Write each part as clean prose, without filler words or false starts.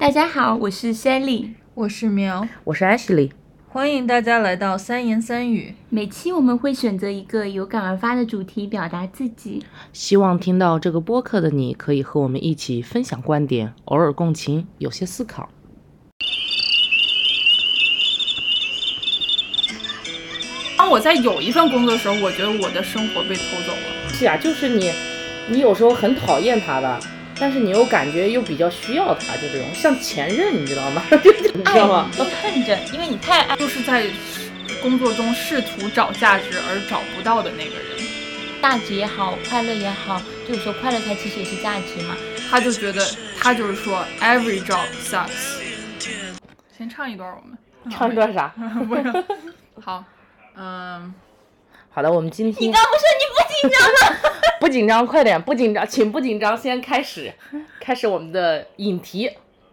大家好，我是 Sally， 我是苗， 我是 Ashley， 欢迎大家来到三言三语。 每期我们会选择一个有感而发的主题表达自己， 希望听到这个播客的你可以和我们一起分享观点，偶尔共情，有些思考。 当我在有一份工作的时候，我觉得我的生活被偷走了。 是啊，就是你有时候很讨厌他的，但是你又感觉又比较需要他，就这种像前任，你知道吗？你知道吗？ 爱你恨着，因为你太爱， 就是在工作中试图找价值而找不到的那个人。 价值也好，快乐也好，就是说快乐它其实也是价值嘛。 他就觉得，他就是说 ，every job sucks。先唱一段，我们唱一段啥？ 不是，好， 好的，我们今天你刚不说你不紧张吗？ 不紧张，快点，不紧张，请不紧张，先开始我们的引题。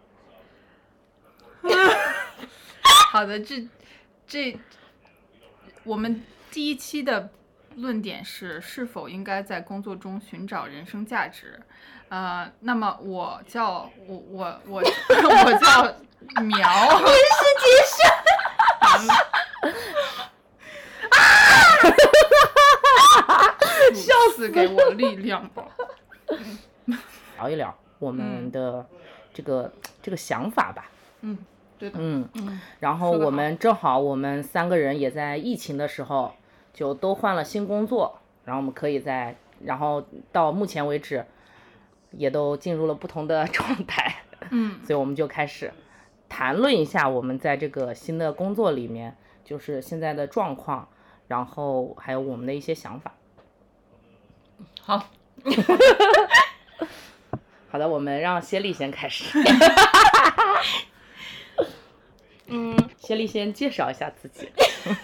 好的，这我们第一期的论点是否应该在工作中寻找人生价值。那么我叫苗。 电视结束。 笑死，给我力量吧。 聊一聊我们的这个想法吧。 对的。 然后我们正好我们3个人也在疫情的时候就都换了新工作，然后我们可以然后到目前为止也都进入了不同的状态。所以我们就开始谈论一下我们在这个新的工作里面就是现在的状况，然后还有我们的一些想法。 好。 好的，我们让谢丽先开始。谢丽先介绍一下自己。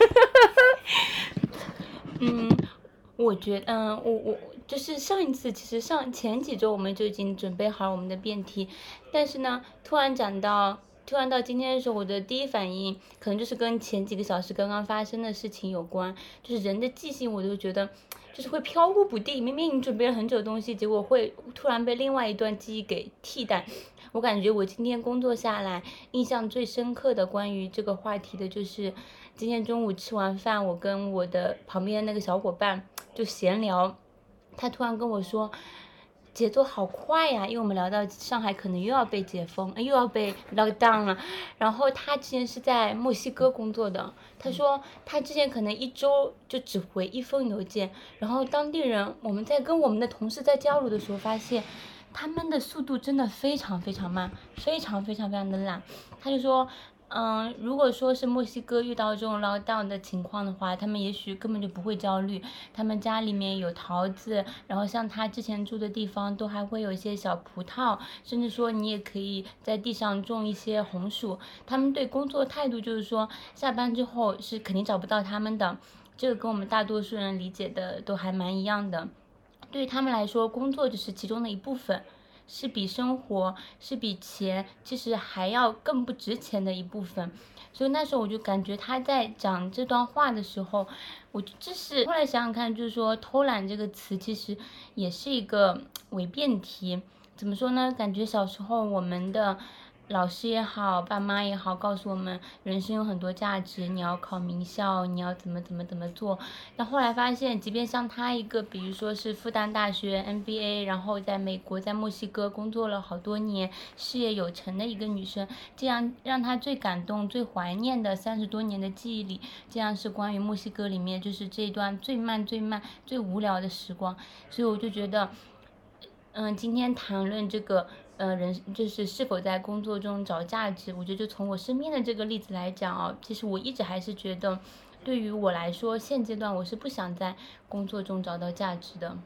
我觉得，我就是上一次，其实前几周我们就已经准备好了我们的辩题，但是呢，突然到今天的时候，我的第一反应可能就是跟前几个小时刚刚发生的事情有关，就是人的记性，我就觉得就是会飘忽不定，明明你准备了很久的东西，结果会突然被另外一段记忆给替代。我感觉我今天工作下来，印象最深刻的关于这个话题的就是今天中午吃完饭，我跟我的旁边那个小伙伴就闲聊，他突然跟我说节奏好快呀，因为我们聊到上海可能又要被解封，又要被 lock down 了。然后他之前是在墨西哥工作的，他说他之前可能1周就只回1封邮件，然后当地人我们在跟我们的同事在交流的时候发现他们的速度真的非常非常慢，非常非常非常的懒。他就说如果说是墨西哥遇到这种 lockdown 的情况的话，他们也许根本就不会焦虑，他们家里面有桃子，然后像他之前住的地方都还会有一些小葡萄，甚至说你也可以在地上种一些红薯。他们对工作态度就是说下班之后是肯定找不到他们的，这个跟我们大多数人理解的都还蛮一样的。对于他们来说，工作只是其中的一部分，是比生活，是比钱，其实还要更不值钱的一部分。所以那时候我就感觉他在讲这段话的时候，后来想想看，就是说偷懒这个词其实也是一个伪辩题。怎么说呢？感觉小时候我们的老师也好，爸妈也好，告诉我们人生有很多价值，你要考名校，你要怎么做。但后来发现，即便像他一个，比如说是复旦大学 MBA， 然后在美国在墨西哥工作了好多年，事业有成的一个女生，这样让他最感动最怀念的30多年的记忆里，这样是关于墨西哥里面就是这段最慢最无聊的时光。所以我就觉得今天谈论这个人就是是否在工作中找价值，我觉得就从我身边的这个例子来讲其实我一直还是觉得对于我来说现阶段我是不想在工作中找到价值的。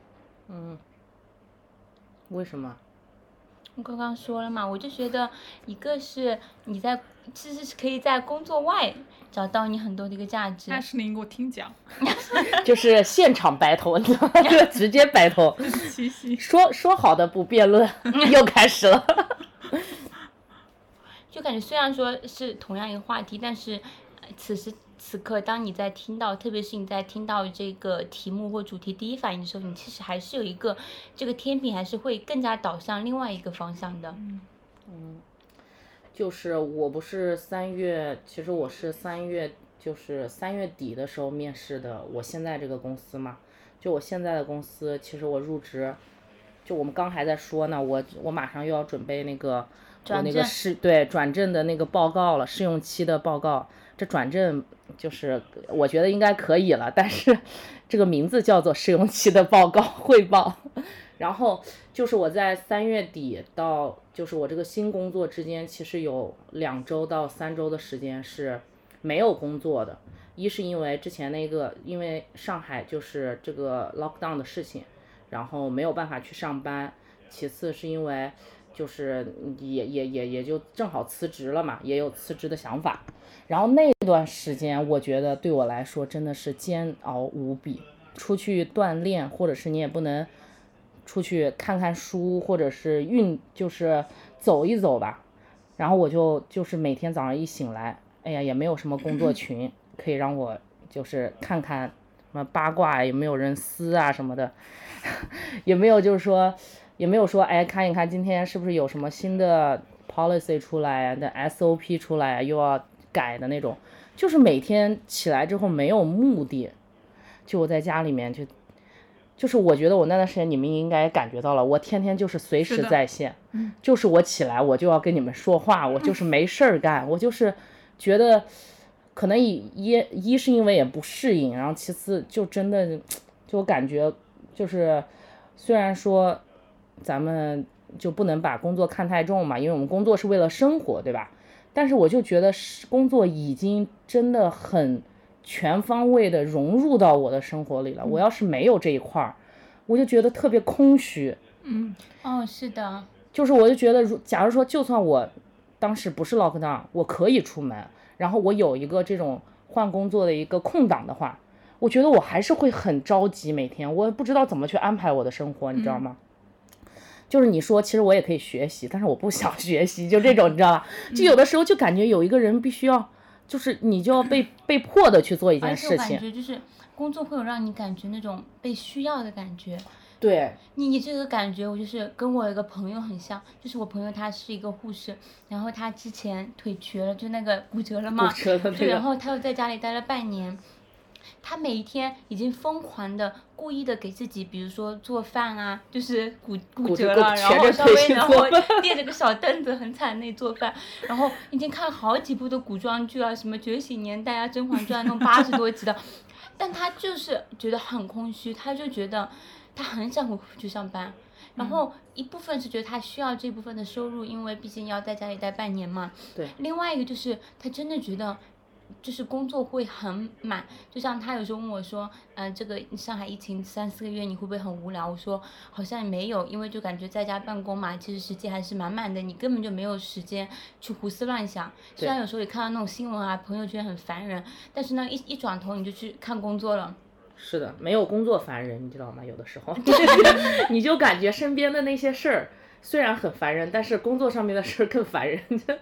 为什么？ 我刚刚说了嘛，我就觉得一个是你其实是可以在工作外找到你很多的一个价值。 但是你给我听讲。 就是现场白头，你知道吗？直接白头。说好的不辩论，又开始了。 就感觉虽然说是同样一个话题，但是此时此刻当你在听到，特别是你在听到这个题目或主题第一反应的时候，你其实还是有一个这个天平还是会更加导向另外一个方向的。 就是我不是3月，其实我是3月底的时候面试的我现在这个公司嘛。就我现在的公司，其实我入职，就我们刚还在说呢，我马上又要准备那个我那个转正的那个报告了，试用期的报告。这转正就是我觉得应该可以了，但是这个名字叫做试用期的报告汇报。然后就是我在3月底到就是我这个新工作之间，其实有2周到3周的时间是没有工作的。一是因为之前因为上海就是这个 lockdown 的事情，然后没有办法去上班。其次是因为就是也就正好辞职了嘛，也有辞职的想法。然后那段时间我觉得对我来说真的是煎熬无比，出去锻炼，或者是你也不能出去看看书，或者是就是走一走吧。然后我就是每天早上一醒来，哎呀也没有什么工作群可以让我就是看看什么八卦有没有人撕啊什么的，也没有说哎看一看今天是不是有什么新的 policy 出来的 SOP 出来又要改的那种。就是每天起来之后没有目的，就我在家里面就是我觉得我那段时间你们应该感觉到了，我天天就是随时在线。就是我起来我就要跟你们说话，我就是没事儿干。我就是觉得可能一是因为也不适应，然后其次就真的就感觉就是虽然说咱们就不能把工作看太重嘛，因为我们工作是为了生活，对吧？但是我就觉得工作已经真的很全方位的融入到我的生活里了。我要是没有这一块我就觉得特别空虚。 是的， 就是我就觉得假如说就算我当时不是 lockdown 我可以出门，然后我有一个这种换工作的一个空档的话，我觉得我还是会很着急，每天我也不知道怎么去安排我的生活，你知道吗？就是你说其实我也可以学习，但是我不想学习，就这种你知道吧？就有的时候就感觉有一个人必须要就是你就要被迫的去做一件事情。 而且我感觉就是工作会有让你感觉那种被需要的感觉。 对， 你这个感觉我就是跟我一个朋友很像，就是我朋友他是一个护士，然后他之前腿瘸了，就那个骨折了嘛，对，然后他又在家里待了半年。他每一天已经疯狂的故意的给自己比如说做饭啊，就是骨折了，然后稍微然后垫着个小凳子很惨那做饭，然后已经看了好几部的古装剧啊，什么觉醒年代啊，甄嬛传那种80多集的，但他就是觉得很空虚，他就觉得他很想回去上班。然后一部分是觉得他需要这部分的收入，因为毕竟要在家里待半年嘛。 对。 另外一个就是他真的觉得就是工作会很满，就像他有时候问我说这个上海疫情3-4个月你会不会很无聊，我说好像没有，因为就感觉在家办公嘛，其实时间还是满满的，你根本就没有时间去胡思乱想。虽然有时候也看到那种新闻啊朋友圈很烦人，但是呢一转头你就去看工作了。 是的，没有工作烦人，你知道吗？有的时候你就感觉身边的那些事儿虽然很烦人，但是工作上面的事儿更烦人。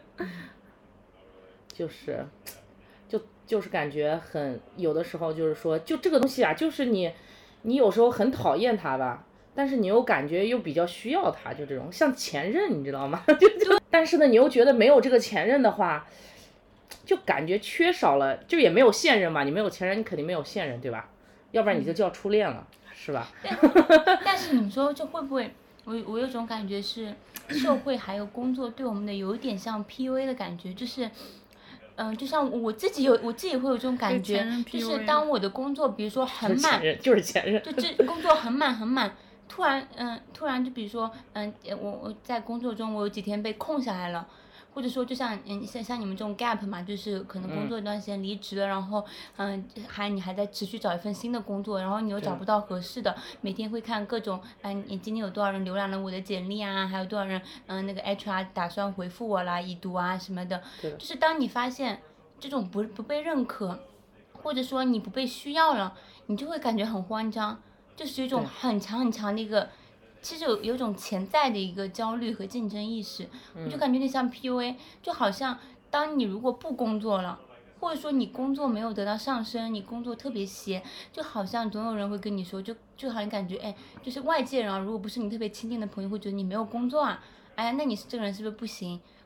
就是感觉很有的时候就是说就这个东西啊，就是你有时候很讨厌它吧，但是你又感觉又比较需要它，就这种像前任你知道吗？但是呢你又觉得没有这个前任的话就感觉缺少了，就也没有现任嘛，你没有前任你肯定没有现任对吧，要不然你就叫初恋了，是吧？ 但是你说这会不会我有种感觉是社会还有工作对我们的有一点像 PUA 的感觉，就是就像我自己会有这种感觉，就是当我的工作比如说很满， 就是前任， 就这工作很满，突然就比如说我在工作中我有几天被空下来了，或者说就像像你们这种 gap 嘛，就是可能工作一段时间离职了，然后你还在持续找一份新的工作，然后你又找不到合适的，每天会看各种你今天有多少人浏览了我的简历啊，还有多少人那个 HR 打算回复我啦，已读啊什么的，就是当你发现这种不被认可，或者说你不被需要了，你就会感觉很慌张，就是一种很强的一个其实有种潜在的一个焦虑和竞争意识，我就感觉有点像 PUA， 就好像当你如果不工作了，或者说你工作没有得到上升，你工作特别闲，就好像总有人会跟你说，就好像感觉就是外界人啊，如果不是你特别亲近的朋友，会觉得你没有工作啊，哎，那你这个人是不是不行？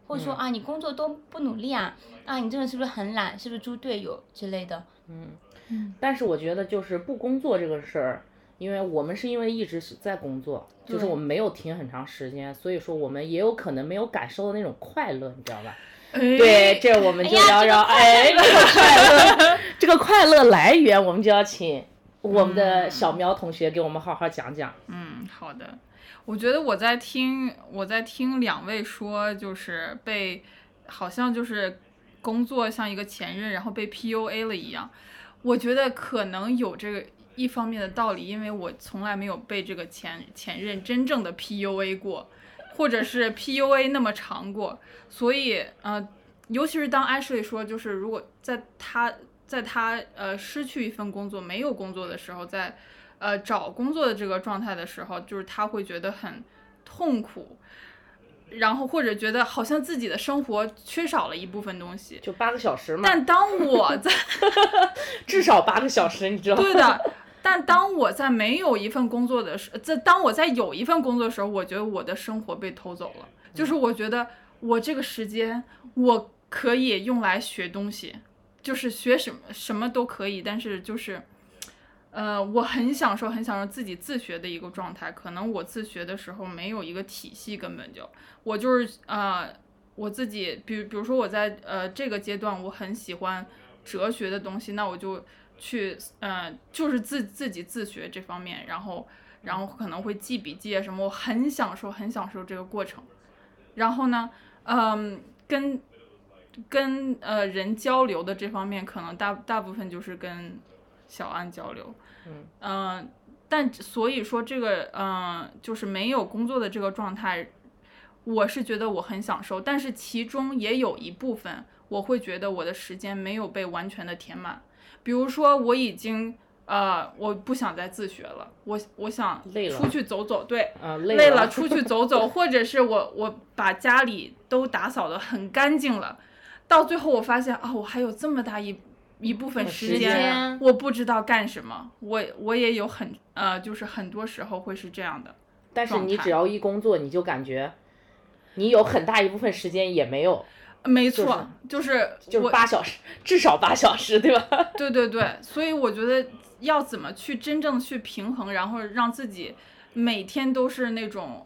或者说啊你工作都不努力啊，你这个人是不是很懒，是不是猪队友之类的。 但是我觉得就是不工作这个事儿，因为我们是因为一直是在工作，就是我们没有停很长时间，所以说我们也有可能没有感受到那种快乐，你知道吧？对，这我们就要让这个快乐，这个快乐来源，我们就要请我们的小苗同学给我们好好讲讲。 好的。我觉得我在听两位说，就是好像就是工作像一个前任，然后被 PUA 了一样。我觉得可能有这个一方面的道理，因为我从来没有被这个前任真正的 PUA 过，或者是 PUA 那么长过，所以尤其是当 Ashley 说，就是如果在他失去一份工作，没有工作的时候，在找工作的这个状态的时候，就是他会觉得很痛苦，然后或者觉得好像自己的生活缺少了一部分东西， 就8个小时嘛。 但当我在至少8个小时，你知道吗？ 对的。但当我在没有一份工作的时候，当我在有一份工作的时候，我觉得我的生活被偷走了。就是我觉得我这个时间我可以用来学东西，就是学什么都可以，但是就是我很享受自己自学的一个状态。可能我自学的时候没有一个体系，根本就我就是我自己，比如说我在这个阶段我很喜欢哲学的东西，那我就去就是自己自学这方面，然后可能会记笔记啊什么，我很享受这个过程。然后呢跟人交流的这方面，可能大部分就是跟小安交流。但所以说这个就是没有工作的这个状态，我是觉得我很享受，但是其中也有一部分我会觉得我的时间没有被完全的填满。比如说我已经我不想再自学了，我想出去走走，对，累了出去走走，或者是我把家里都打扫得很干净了，到最后我发现我还有这么大一部分时间我不知道干什么。我也有就是很多时候会是这样的。 但是你只要一工作，你就感觉你有很大一部分时间也没有。 没错，就是 8小时，至少8小时，对吧？ 对对对，所以我觉得要怎么去真正去平衡，然后让自己每天都是那种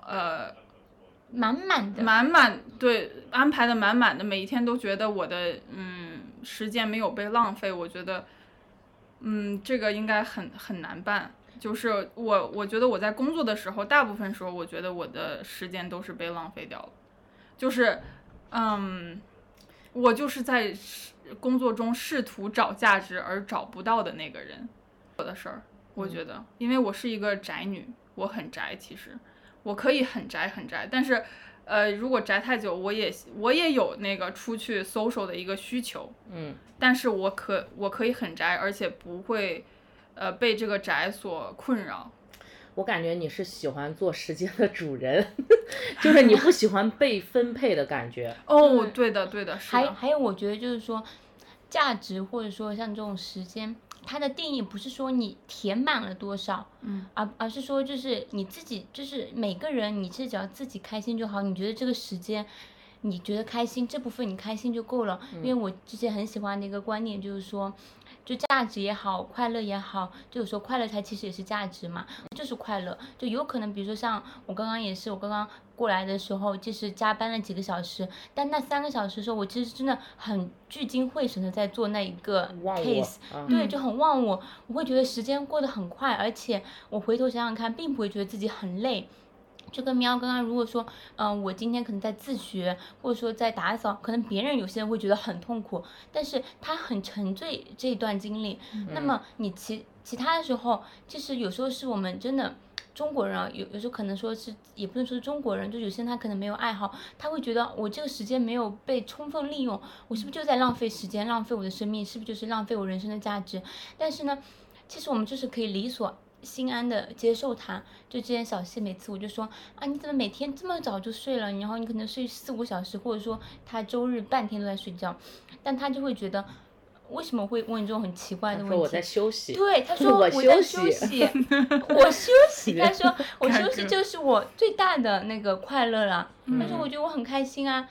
满满，对，安排的满满的，每一天都觉得我的时间没有被浪费。我觉得这个应该很难办。就是我觉得我在工作的时候，大部分时候我觉得我的时间都是被浪费掉了。就是我就是在工作中试图找价值而找不到的那个人。我的事儿，我觉得因为我是一个宅女，我很宅，其实我可以很宅，但是如果宅太久，我也有那个出去 social 的一个需求。但是我可以很宅，而且不会被这个宅所困扰。 我感觉你是喜欢做时间的主人，就是你不喜欢被分配的感觉。 对的，是的。 还有我觉得就是说，价值或者说像这种时间，它的定义不是说你填满了多少，而是说就是你自己，就是每个人，你其实只要自己开心就好。你觉得这个时间你觉得开心，这部分你开心就够了。因为我之前很喜欢的一个观念就是说，就价值也好，快乐也好，就有时候快乐它其实也是价值嘛，就是快乐。就有可能比如说像我刚刚过来的时候，就是加班了几个小时，但那3个小时的时候，我其实真的很聚精会神的在做那一个 case，对，就很忘我会觉得时间过得很快，而且我回头想想看，并不会觉得自己很累。就跟喵刚刚如果说我今天可能在自学，或者说在打扫，可能别人有些人会觉得很痛苦，但是他很沉醉这一段经历。那么你其他的时候，其实有时候是我们真的中国人有时候可能说是，也不能说是中国人，就有些人他可能没有爱好，他会觉得我这个时间没有被充分利用，我是不是就在浪费时间，浪费我的生命，是不是就是浪费我人生的价值？但是呢，其实我们就是可以理所心安的接受它。就这件小谢，每次我就说你怎么每天这么早就睡了，然后你可能睡4、5小时，或者说他周日半天都在睡觉，但他就会觉得为什么会问这种很奇怪的问题？ 他说我在休息。 对，他说我在休息，我休息。他说我休息就是我最大的那个快乐了。他说我觉得我很开心啊。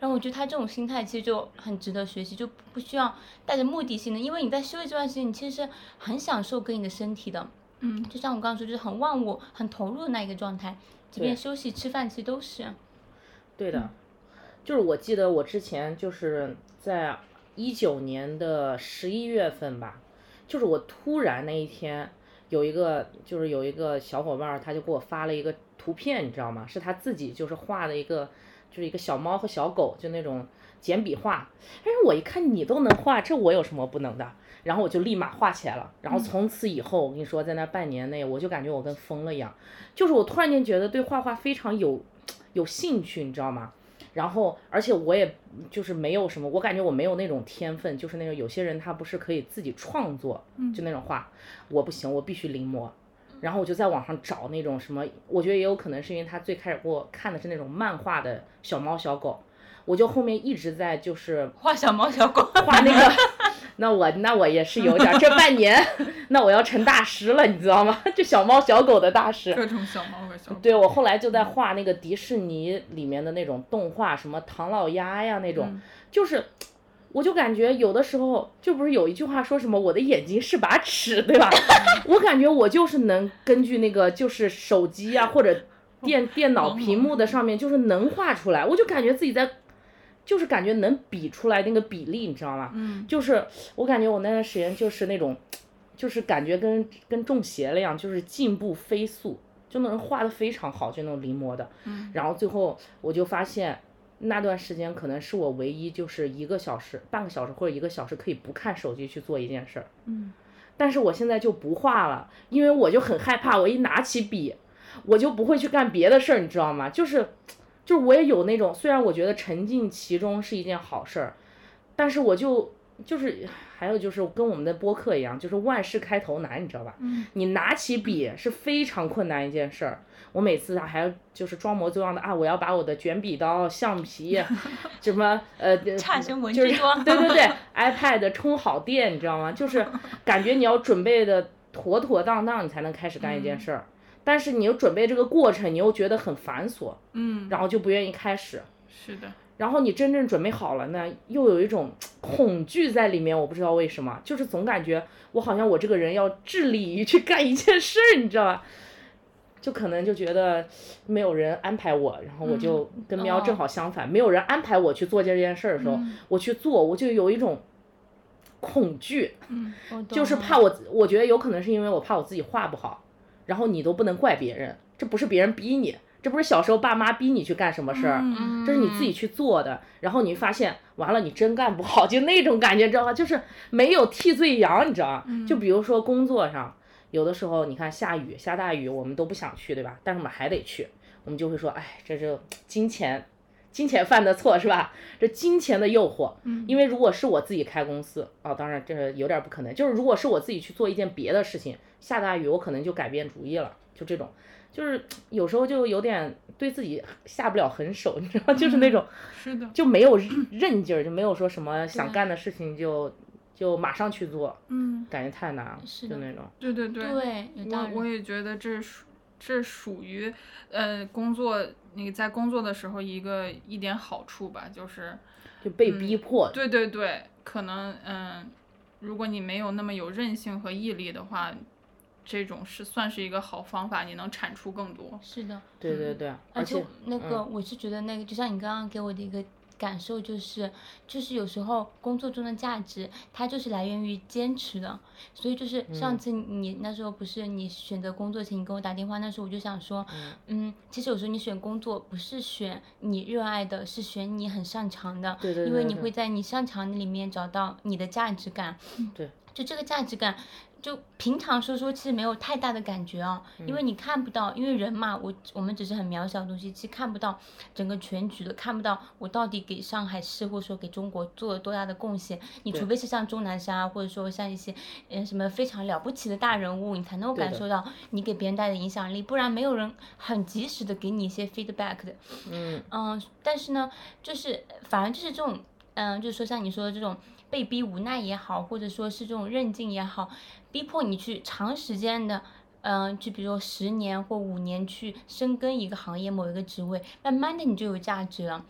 然后我觉得他这种心态其实就很值得学习，就不需要带着目的性的，因为你在休息这段时间，你其实是很享受跟你的身体的。就像我刚刚说，就是很忘我、很投入的那一个状态，即便休息、吃饭，其实都是。 对的，就是我记得我之前就是在19年的11月份吧，就是我突然那一天有一个小伙伴，他就给我发了一个图片，你知道吗？是他自己就是画的就是一个小猫和小狗，就那种简笔画。但是我一看你都能画，这我有什么不能的？然后我就立马画起来了。然后从此以后，我跟你说，在那半年内，我就感觉我跟疯了一样，就是我突然间觉得对画画非常有兴趣，你知道吗？然后，而且我也就是没有什么，我感觉我没有那种天分，就是那种有些人他不是可以自己创作，就那种画，我不行，我必须临摹。然后我就在网上找那种什么，我觉得也有可能是因为他最开始给我看的是那种漫画的小猫小狗，我就后面一直在就是画小猫小狗， 画那个。那我也是有点，这半年，那我要成大师了，你知道吗？这小猫小狗的大师。 各种小猫和小狗。 对，我后来就在画那个迪士尼里面的那种动画，什么唐老鸭呀那种，就是我就感觉有的时候就不是有一句话说什么我的眼睛是把尺，对吧？我感觉我就是能根据那个就是手机啊或者电脑屏幕的上面就是能画出来，我就感觉自己在。就是感觉能比出来那个比例，你知道吗？就是我感觉我那段时间就是那种，就是感觉跟中邪了一样，就是进步飞速，就能画得非常好，就那种临摹的。然后最后我就发现，那段时间可能是我唯一就是1个小时、半个小时或者1个小时可以不看手机去做一件事儿。但是我现在就不画了，因为我就很害怕，我一拿起笔，我就不会去干别的事儿，你知道吗？就是我也有那种，虽然我觉得沉浸其中是一件好事儿，但是我就是还有就是跟我们的播客一样，就是万事开头难，你知道吧？你拿起笔是非常困难一件事儿。我每次还要就是装模作样的啊，我要把我的卷笔刀、橡皮，什么差生文就是具多。 对 ，iPad 充好电，你知道吗？就是感觉你要准备的妥妥当当，你才能开始干一件事儿。但是你又准备这个过程，你又觉得很繁琐，然后就不愿意开始。 是的。 然后你真正准备好了呢，又有一种恐惧在里面，我不知道为什么，就是总感觉我好像我这个人要致力于去干一件事儿，你知道吧？就可能就觉得没有人安排我，然后我就跟喵正好相反，没有人安排我去做这件事儿的时候，我去做，我就有一种恐惧，就是怕我觉得有可能是因为我怕我自己画不好。然后你都不能怪别人，这不是别人逼你，这不是小时候爸妈逼你去干什么事儿，这是你自己去做的。然后你发现完了，你真干不好，就那种感觉，知道吧？就是没有替罪羊，你知道吗？就比如说工作上，有的时候你看下大雨，我们都不想去，对吧？但是我们还得去，我们就会说，哎，这是金钱犯的错，是吧？这金钱的诱惑。因为如果是我自己开公司，当然这有点不可能，就是如果是我自己去做一件别的事情，下大雨我可能就改变主意了，就这种，就是有时候就有点对自己下不了狠手，你知道吗？就是那种， 是的， 就没有韧劲儿，就没有说什么想干的事情就马上去做，感觉太难了，就那种。 对， 有道理。 我也觉得这属于工作，你在工作的时候一点好处吧， 就被逼迫。 对，可能如果你没有那么有韧性和毅力的话，这种算是一个好方法，你能产出更多。 是的。 对， 而且那个我是觉得那个，就像你刚刚给我的一个感受就是有时候工作中的价值，它就是来源于坚持的。所以就是上次你那时候不是你选择工作前你跟我打电话，那时候我就想说，其实有时候你选工作不是选你热爱的，是选你很擅长的。 对， 因为你会在你擅长的里面找到你的价值感。 对。 就这个价值感。就平常说其实没有太大的感觉啊，因为你看不到，因为人嘛，我们只是很渺小的东西，其实看不到整个全局的，看不到我到底给上海市或者说给中国做了多大的贡献。你除非是像钟南山啊，或者说像一些什么非常了不起的大人物，你才能够感受到你给别人带的影响力，不然没有人很及时的给你一些 feedback 的。但是呢，就是反而就是这种，就是说像你说的这种被逼无奈也好，或者说是这种韧劲也好，逼迫你去长时间的，就比如说10年或5年去深耕一个行业某一个职位，慢慢的你就有价值了。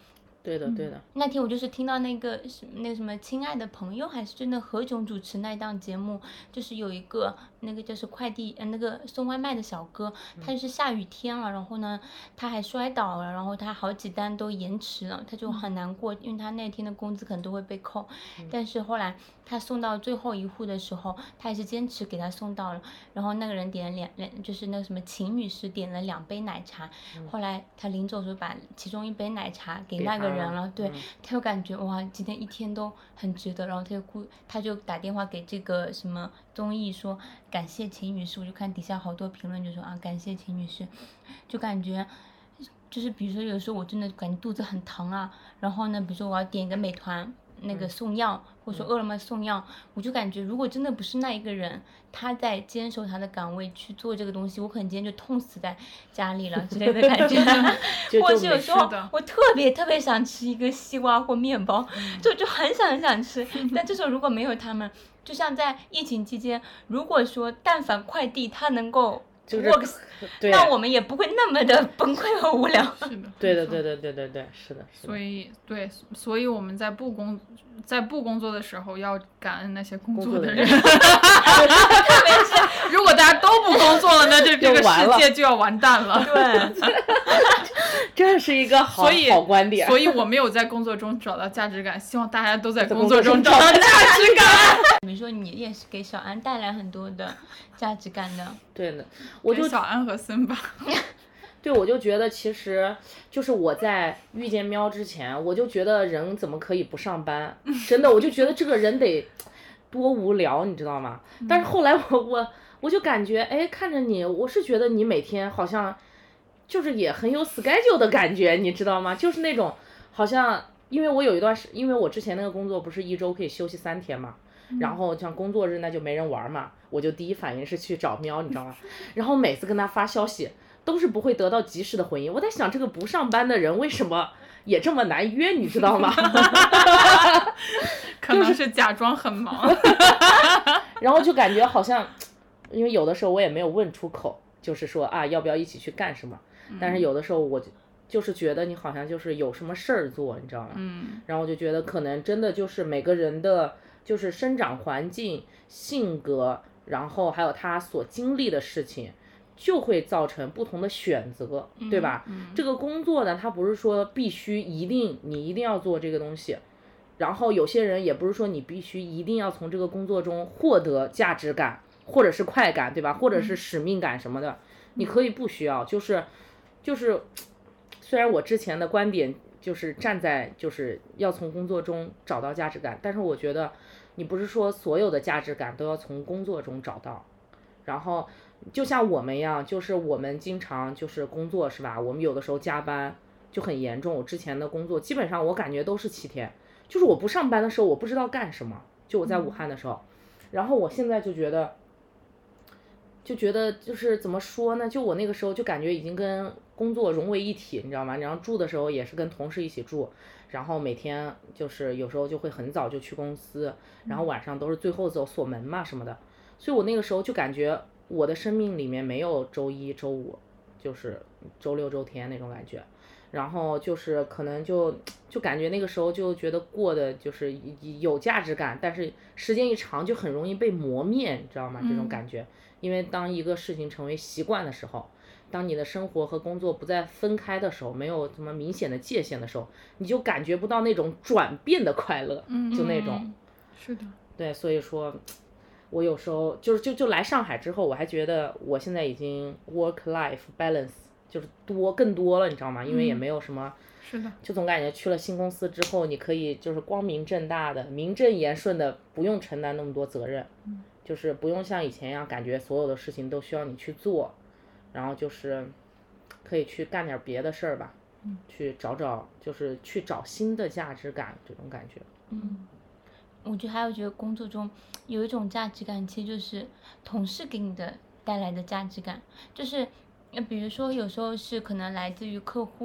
对的对的。 那天我就是听到那个什么亲爱的朋友，还是真的何炅主持那档节目，就是有一个那个就是快递那个送外卖的小哥，他就是下雨天了，然后呢他还摔倒了，然后他好几单都延迟了，他就很难过，因为他那天的工资可能都会被扣，但是后来他送到最后一户的时候，他还是坚持给他送到了，然后那个人点了就是那个什么秦女士点了2杯奶茶，后来他临走的时候把其中1杯奶茶给那个人了，对，他就感觉哇，今天一天都很值得，然后他就打电话给这个什么综艺说感谢秦女士，我就看底下好多评论就说啊感谢秦女士，就感觉就是比如说有时候我真的感觉肚子很疼啊，然后呢比如说我要点一个美团那个送药，或者说饿了么送药，我就感觉如果真的不是那一个人他在坚守他的岗位去做这个东西，我可能今天就痛死在家里了之类的感觉或者是有时候我特别想吃一个西瓜或面包，就很想吃，但这时候如果没有他们，就像在疫情期间，如果说但凡快递它能够works，那我们也不会那么的崩溃和无聊。 是的， 对，是的。 所以我们在不工作的时候要感恩那些工作的人。如果大家都不工作了，那这个世界就要完蛋了。 对， 这是一个好观点。 所以我没有在工作中找到价值感，希望大家都在工作中找到价值感。 比如说你也是给小安带来很多的价值感的。 对的，我就小安和森吧。 对，我就觉得其实就是我在遇见喵之前，我就觉得人怎么可以不上班？真的，我就觉得这个人得多无聊，你知道吗？但是后来我就感觉，哎，看着你，我是觉得你每天好像就是也很有 schedule 的感觉，你知道吗？就是那种好像，因为我有一段因为我之前那个工作不是1周可以休息3天嘛。然后像工作日那就没人玩嘛，我就第一反应是去找喵，你知道吗？然后每次跟他发消息都是不会得到及时的回应，我在想这个不上班的人为什么也这么难约，你知道吗？ 可能是假装很忙。 然后就感觉好像，因为有的时候我也没有问出口，就是说啊要不要一起去干什么，但是有的时候我就是觉得你好像就是有什么事儿做，你知道吗？然后我就觉得可能真的就是每个人的就是生长环境、性格，然后还有他所经历的事情，就会造成不同的选择，对吧？这个工作呢，它不是说必须你一定要做这个东西，然后有些人也不是说你必须一定要从这个工作中获得价值感或者是快感，对吧？或者是使命感什么的，你可以不需要，就是虽然我之前的观点就是站在就是要从工作中找到价值感，但是我觉得你不是说所有的价值感都要从工作中找到，然后就像我们一样，就是我们经常就是工作是吧，我们有的时候加班就很严重，我之前的工作基本上我感觉都是7天，就是我不上班的时候我不知道干什么，就我在武汉的时候，然后我现在就觉得就是怎么说呢，就我那个时候就感觉已经跟工作融为一体，你知道吗？然后住的时候也是跟同事一起住，然后每天就是有时候就会很早就去公司，然后晚上都是最后走锁门嘛什么的，所以我那个时候就感觉我的生命里面没有周一周五，就是周六周天那种感觉，然后就是可能就感觉那个时候就觉得过的就是有价值感，但是时间一长就很容易被磨灭，你知道吗？这种感觉，因为当一个事情成为习惯的时候，当你的生活和工作不再分开的时候，没有什么明显的界限的时候，你就感觉不到那种转变的快乐，就那种。 是的。 对，所以说我有时候就来上海之后，我还觉得我现在已经 work life balance 就是更多了，你知道吗？因为也没有什么， 是的， 就总感觉去了新公司之后，你可以就是光明正大的、名正言顺的，不用承担那么多责任，就是不用像以前一样，感觉所有的事情都需要你去做，然后就是可以去干点别的事儿吧，去就是去找新的价值感这种感觉。 我觉得工作中有一种价值感，其实就是同事给你的带来的价值感，就是比如说有时候是可能来自于客户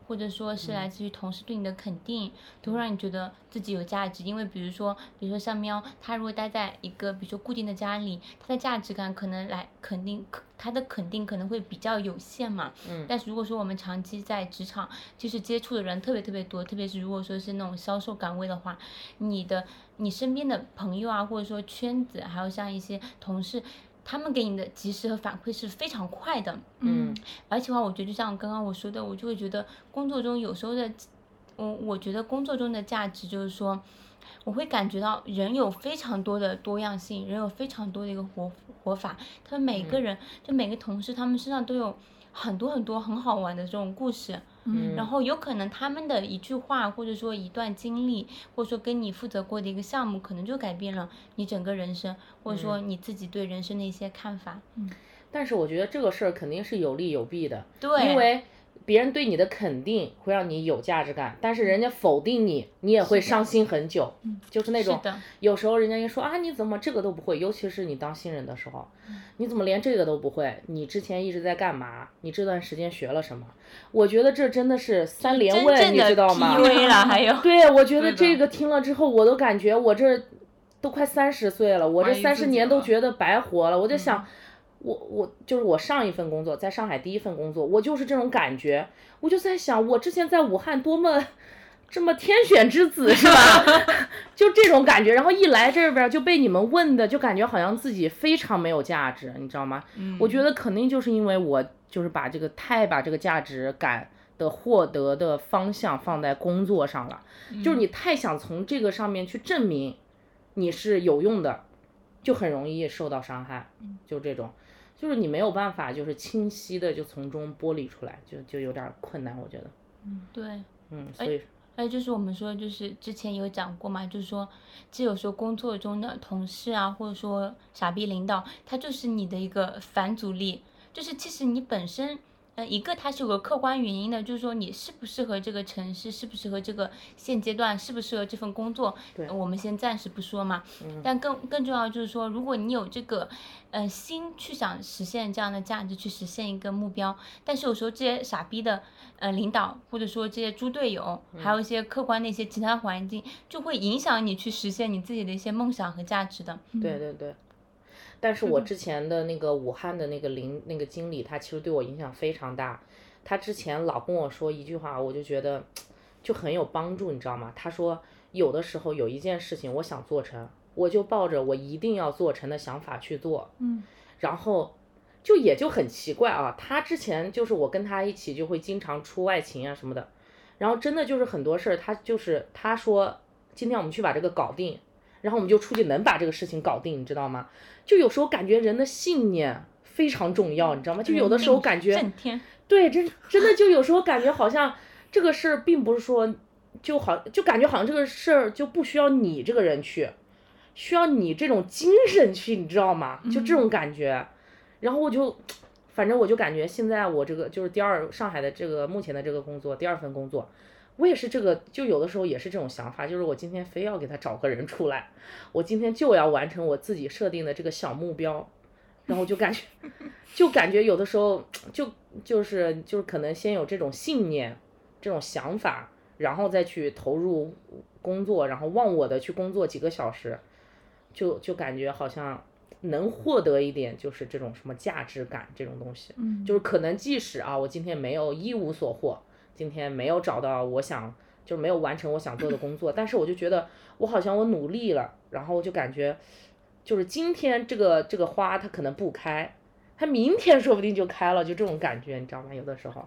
或者说是来自于同事对你的肯定，都会让你觉得自己有价值。因为比如说像喵，他如果待在一个比如说固定的家里，他的价值感可能他的肯定可能会比较有限嘛。但是如果说我们长期在职场，就是接触的人特别特别多，特别是如果说是那种销售岗位的话，你身边的朋友啊，或者说圈子，还有像一些同事，他们给你的及时和反馈是非常快的。而且话，我觉得就像刚刚我说的，我就会觉得工作中有时候的，我觉得工作中的价值就是说，我会感觉到人有非常多的多样性，人有非常多的一个活法，他们每个人就每个同事，他们身上都有很多很多很好玩的这种故事。然后有可能他们的一句话，或者说一段经历，或者说跟你负责过的一个项目，可能就改变了你整个人生，或者说你自己对人生的一些看法。 但是我觉得这个事儿肯定是有利有弊的， 对， 因为别人对你的肯定会让你有价值感，但是人家否定你，你也会伤心很久。就是那种有时候人家一说啊，你怎么这个都不会，尤其是你当新人的时候，你怎么连这个都不会？你之前一直在干嘛？你这段时间学了什么？我觉得这真的是3连问，你知道吗？ PUA 了，还有对，我觉得这个听了之后，我都感觉我这都快30岁了，我这30年都觉得白活了。我就想，我就是我上一份工作，在上海第一份工作，我就是这种感觉。我就在想，我之前在武汉多么这么天选之子是吧？就这种感觉，然后一来这边就被你们问的，就感觉好像自己非常没有价值，你知道吗？我觉得肯定就是因为我就是把这个价值感的获得的方向放在工作上了，就是你太想从这个上面去证明你是有用的，就很容易受到伤害。就这种，就是你没有办法就是清晰的就从中剥离出来，就有点困难，我觉得。 对， 所以。 就是我们说，就是之前有讲过嘛，就是说，其实有时候工作中的同事啊，或者说傻逼领导，他就是你的一个反阻力，就是其实你本身。一个它是有个客观原因的，就是说你适不适合这个城市，适不适合这个现阶段，适不适合这份工作，我们先暂时不说嘛。但更重要就是说，如果你有这个心去想实现这样的价值，去实现一个目标，但是有时候这些傻逼的领导，或者说这些猪队友，还有一些客观的一些其他环境，就会影响你去实现你自己的一些梦想和价值的。 对对对。但是我之前的那个武汉的那个经理，他其实对我影响非常大。他之前老跟我说一句话，我就觉得就很有帮助，你知道吗？他说有的时候有一件事情我想做成，我就抱着我一定要做成的想法去做。然后也就很奇怪啊，他之前就是我跟他一起就会经常出外勤啊什么的，然后真的就是很多事儿，他说今天我们去把这个搞定。然后我们就出去能把这个事情搞定，你知道吗？就有时候感觉人的信念非常重要，你知道吗？就有的时候感觉，对，真的就有时候感觉好像这个事儿并不是说就感觉好像这个事儿就不需要你这个人去，需要你这种精神去，你知道吗？就这种感觉。然后反正我就感觉现在我这个就是上海的这个目前的这个工作，第2份工作。我也是这个，就有的时候也是这种想法，就是我今天非要给他找个人出来，我今天就要完成我自己设定的这个小目标，然后就感觉有的时候就是可能先有这种信念，这种想法，然后再去投入工作，然后忘我的去工作几个小时，就感觉好像能获得一点就是这种什么价值感这种东西。就是可能即使啊我今天没有一无所获，今天没有找到就是没有完成我想做的工作，但是我就觉得我好像我努力了，然后就感觉就是今天这个花它可能不开，它明天说不定就开了，就这种感觉，你知道吗？有的时候，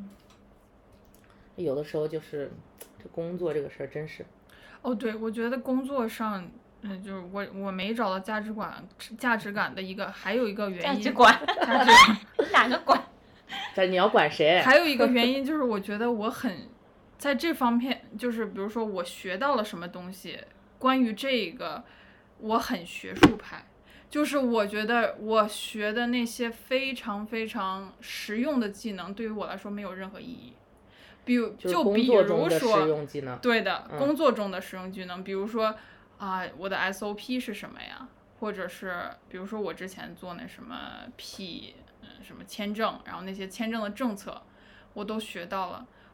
有的时候就是这工作这个事儿真是。 对，我觉得工作上，就是我没找到价值感的还有一个原因。 价值观哪个管？ 你要管谁？ 还有一个原因就是我觉得我很在这方面，就是比如说我学到了什么东西，关于这个我很学术派，就是我觉得我学的那些非常非常实用的技能对于我来说没有任何意义。比如说对的，工作中的实用技能，比如说我的 SOP 是什么呀，或者是比如说我之前做那什么什么签证，然后那些签证的政策我都学到了。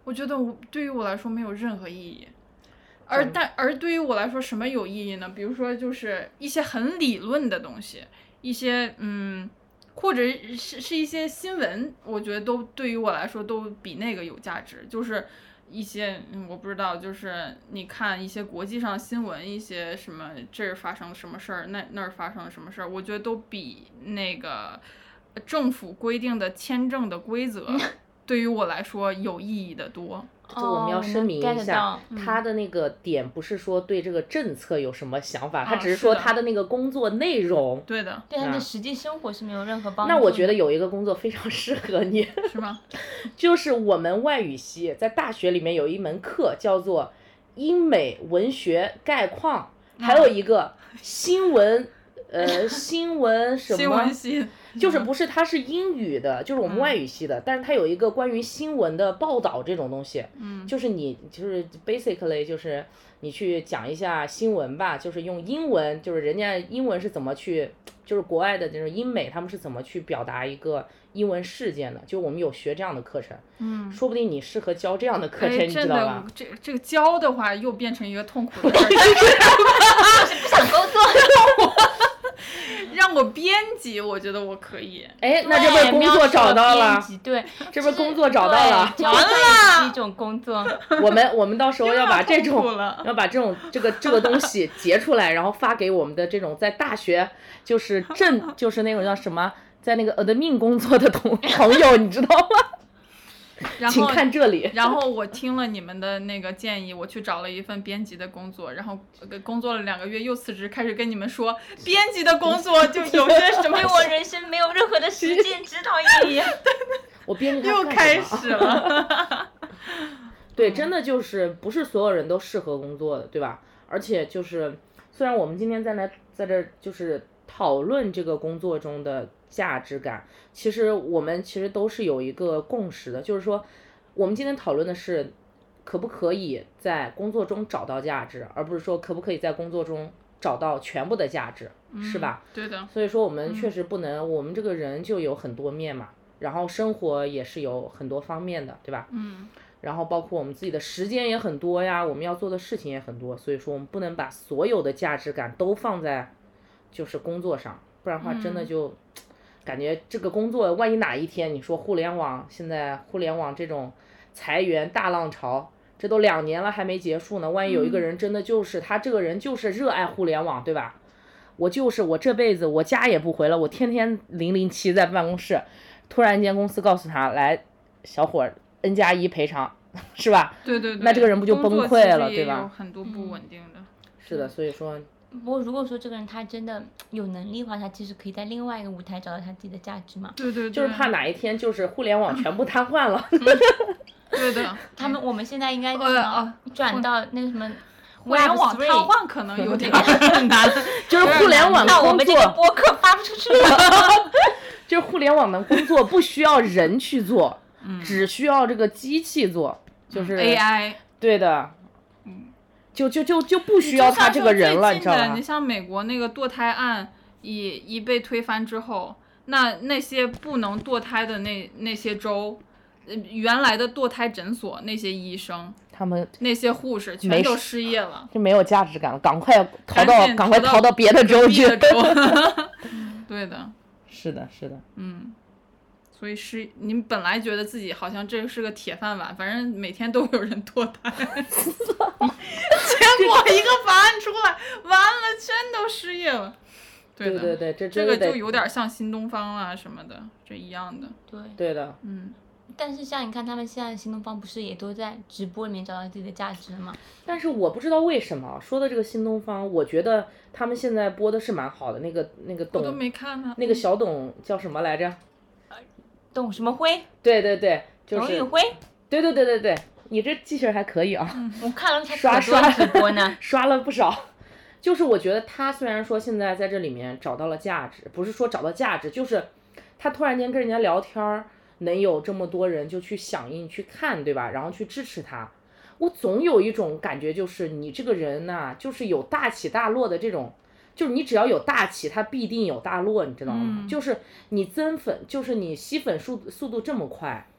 我觉得对于我来说没有任何意义。而对于我来说，什么有意义呢？比如说，就是一些很理论的东西，一些或者是一些新闻，我觉得都对于我来说都比那个有价值。就是一些我不知道，就是你看一些国际上新闻，一些什么这儿发生了什么事儿，那儿发生了什么事儿，我觉得都比那个政府规定的签证的规则对于我来说有意义的多。 就我们要声明一下， 能他的那个点不是说对这个政策有什么想法，他只是说他的那个工作内容。 对的， 对他的实际生活是没有任何帮助的。 那我觉得有一个工作非常适合你， 是吗？ 就是我们外语系在大学里面有一门课叫做英美文学概况，还有一个新闻新闻什么新闻系就是不是它是英语的，就是我们外语系的，但是它有一个关于新闻的报道这种东西，就是你就是 basically 就是你去讲一下新闻吧，就是用英文，就是人家英文是怎么去，就是国外的这种英美他们是怎么去表达一个英文事件的，就我们有学这样的课程，说不定你适合教这样的课程，你知道吧？ 这个教的话又变成一个痛苦的事儿， 不想工作。 让我编辑，我觉得我可以。 哎，那这不是工作找到了？ 对， 这不是工作找到了？ 完了，一种工作。 我们到时候要把这种要把这种这个东西截出来，然后发给我们的这种在大学就是就是那种叫什么，在那个admin工作的朋友，你知道吗？请看这里。 然后我听了你们的那个建议，我去找了一份编辑的工作，然后工作了2个月又辞职，开始跟你们说编辑的工作就有些什么对我人生没有任何的实践指导意义。 我编辑又开始了。 对，真的就是不是所有人都适合工作的，对吧？而且就是虽然我们今天在这就是讨论这个工作中的价值感，其实我们都是有一个共识的，就是说我们今天讨论的是可不可以在工作中找到价值，而不是说可不可以在工作中找到全部的价值，是吧？ 对的。 所以说我们确实不能，我们这个人就有很多面嘛，然后生活也是有很多方面的，对吧？然后包括我们自己的时间也很多呀，我们要做的事情也很多，所以说我们不能把所有的价值感都放在就是工作上，不然的话真的就感觉这个工作万一哪一天你说互联网现在互联网这种裁员大浪潮，这都2年了还没结束呢，万一有一个人真的就是他这个人就是热爱互联网，对吧？我这辈子我家也不回了，我天天007在办公室，突然间公司告诉他来小伙N+1赔偿，是吧？ 对， 那这个人不就崩溃了，对吧？ 有很多不稳定的。 是的，所以说。 不过如果说这个人他真的有能力的话，他其实可以在另外一个舞台找到他自己的价值嘛。 对， 就是怕哪一天就是互联网全部瘫痪了。 对的。 我们现在应该转到那个什么。 互联网瘫痪可能有点难， 就是互联网工作， 那我们这个播客发不出去了。 就是互联网的工作不需要人去做，只需要这个机器做，就是 AI。 对的。就不需要他这个人了，你知道吗？ 你像美国那个堕胎案一被推翻之后，那些不能堕胎的那些州，原来的堕胎诊所那些医生， 他们那些护士全都失业了， 就没有价值感了，赶快逃到别的州去。 对的。 是的。 所以你本来觉得自己好像这是个铁饭碗，反正每天都有人堕胎，结果一个法案出来，完了全都失业了。 对， 这个就有点像新东方啊什么的，这一样的。 对的。 但是像你看他们现在新东方不是也都在直播里面找到自己的价值了吗？ 但是我不知道为什么说的这个新东方，我觉得他们现在播的是蛮好的，那个董我都没看呢。 那个小董叫什么来着？ 董什么辉？ 对，就是董宇辉。 对，你这记性还可以啊。 我看了他刷直播呢， 刷了不少。就是我觉得他虽然说现在在这里面找到了价值，不是说找到价值，就是他突然间跟人家聊天，能有这么多人就去响应去看，对吧？然后去支持他，我总有一种感觉，就是你这个人呐，就是有大起大落的这种。就是你只要有大起，它必定有大落，你知道吗？就是你增粉，就是你吸粉速度这么快，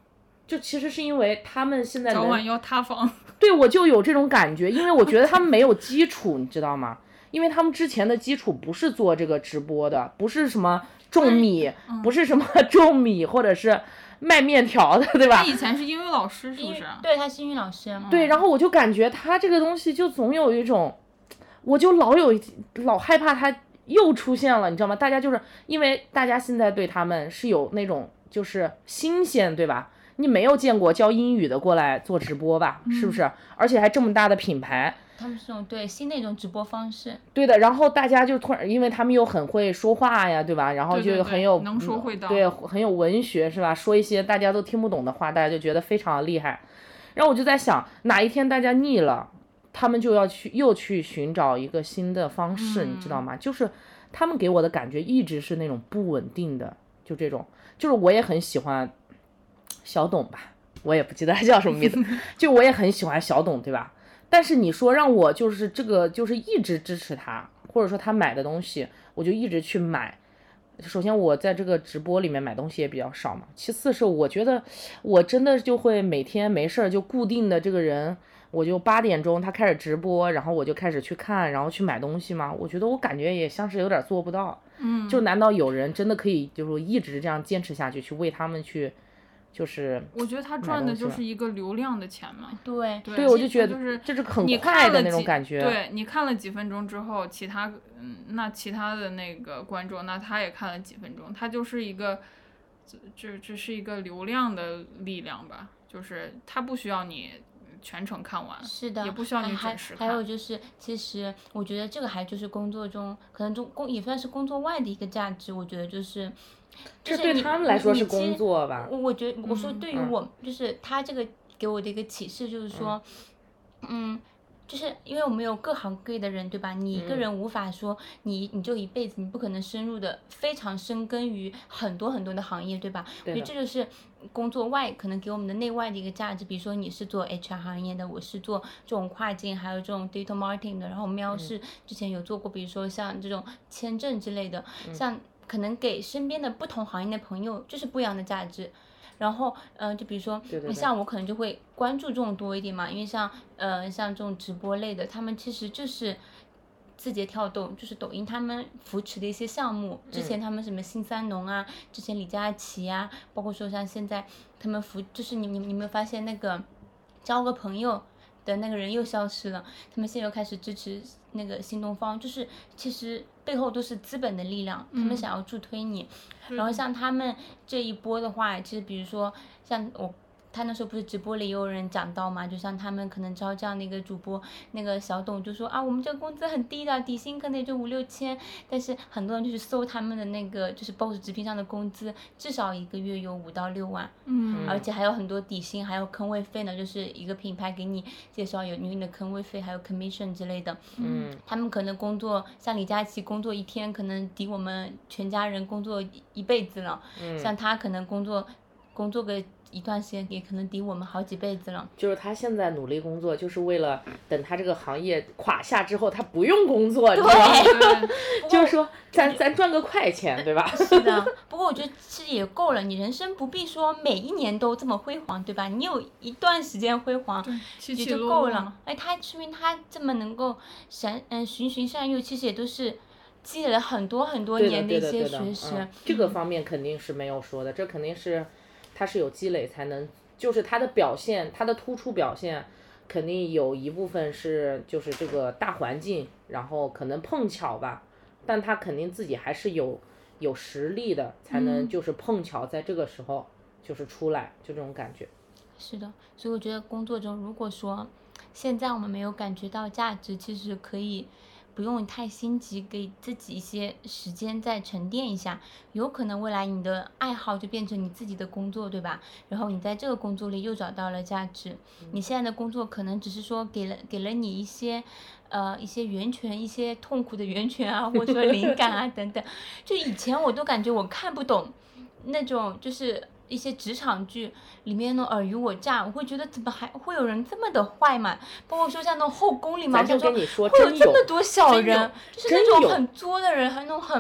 就其实是因为他们现在早晚要塌房。 对，我就有这种感觉，因为我觉得他们没有基础，你知道吗？因为他们之前的基础不是做这个直播的，不是什么种米，不是什么种米或者是卖面条的，对吧？ 他以前是英语老师，是不是？ 对，他是英语老师。 对，然后我就感觉他这个东西就总有一种，我就老害怕他又出现了，你知道吗？大家就是因为大家现在对他们是有那种就是新鲜，对吧？你没有见过教英语的过来做直播吧？是不是？而且还这么大的品牌。 他们是这种对新的一种直播方式。 对的，然后大家就突然，因为他们又很会说话呀，对吧？然后就很有能说会道， 对，很有文学，是吧？说一些大家都听不懂的话，大家就觉得非常厉害。然后我就在想，哪一天大家腻了，他们就要又去寻找一个新的方式，你知道吗？就是他们给我的感觉一直是那种不稳定的，就这种，就是我也很喜欢小董吧，我也不记得他叫什么名字，就我也很喜欢小董，对吧？但是你说让我就是这个就是一直支持他，或者说他买的东西我就一直去买。首先我在这个直播里面买东西也比较少嘛，其次是我觉得我真的就会每天没事就固定的这个人，我就8点钟他开始直播，然后我就开始去看，然后去买东西嘛。我觉得我感觉也像是有点做不到，就难道有人真的可以就是一直这样坚持下去，去为他们去就是我觉得他赚的就是一个流量的钱嘛。 对， 我就觉得就是这是很快的那种感觉。 对，你看了几分钟之后，其他的那个观众，那他也看了几分钟，他就是一个，这是一个流量的力量吧，就是他不需要你全程看完， 是的， 也不需要你准时看。 还有就是，其实我觉得这个还就是工作中，可能也算是工作外的一个价值。我觉得就是， 这对他们来说是工作吧。 我觉得我说对于我，就是他这个给我的一个启示就是说，就是因为我们有各行各业的人，对吧？你一个人无法说你就一辈子，你不可能深入的非常深耕于很多很多的行业，对吧？我觉得这就是工作外可能给我们的内外的一个价值。比如说你是做 HR 行业的，我是做这种跨境还有这种 digital marketing 的，然后我们要是之前有做过，比如说像这种签证之类的，像可能给身边的不同行业的朋友就是不一样的价值。然后就比如说像我可能就会关注这种多一点嘛，因为像这种直播类的，他们其实就是字节跳动，就是抖音他们扶持的一些项目。之前他们什么新三农啊，之前李佳琦啊，包括说像现在他们就是你没有发现那个交个朋友的那个人又消失了，他们现在又开始支持那个新东方，就是其实背后都是资本的力量，他们想要助推你。然后像他们这一波的话，其实比如说像他那时候不是直播里也有人讲到嘛，就像他们可能招这样的一个主播，那个小董就说啊，我们这个工资很低的，底薪可能也就5、6千，但是很多人就是搜他们的那个就是 BOSS 直聘上的工资，至少一个月有5到6万，而且还有很多底薪，还有坑位费呢，就是一个品牌给你介绍有你的坑位费，还有 commission 之类的，他们可能工作像李佳琦工作1天可能抵我们全家人工作一辈子了，像他可能工作个一段时间也可能抵我们好几辈子了。 就是他现在努力工作，就是为了等他这个行业垮下之后，他不用工作，你知道吗？就是说咱赚个快钱，对吧？ 是的，不过我觉得其实也够了，你人生不必说每一年都这么辉煌，对吧？你有一段时间辉煌也就够了。哎，他说明他这么能够循循善诱，其实也都是积累了很多很多年的一些学识。 这个方面肯定是没有说的，这肯定是他是有积累才能，就是他的表现，他的突出表现，肯定有一部分是就是这个大环境，然后可能碰巧吧，但他肯定自己还是有实力的，才能就是碰巧在这个时候就是出来，就这种感觉。 是的，所以我觉得工作中如果说现在我们没有感觉到价值，其实可以不用太心急，给自己一些时间再沉淀一下，有可能未来你的爱好就变成你自己的工作，对吧？然后你在这个工作里又找到了价值，你现在的工作可能只是说给了你一些源泉，一些痛苦的源泉啊，或者说灵感啊等等。就以前我都感觉我看不懂那种就是一些职场剧里面那种尔虞我诈，我会觉得怎么还会有人这么的坏嘛？包括说像那种后宫里嘛， 咱就跟你说会有这么多小人，就是那种真有很作的人，还有那种很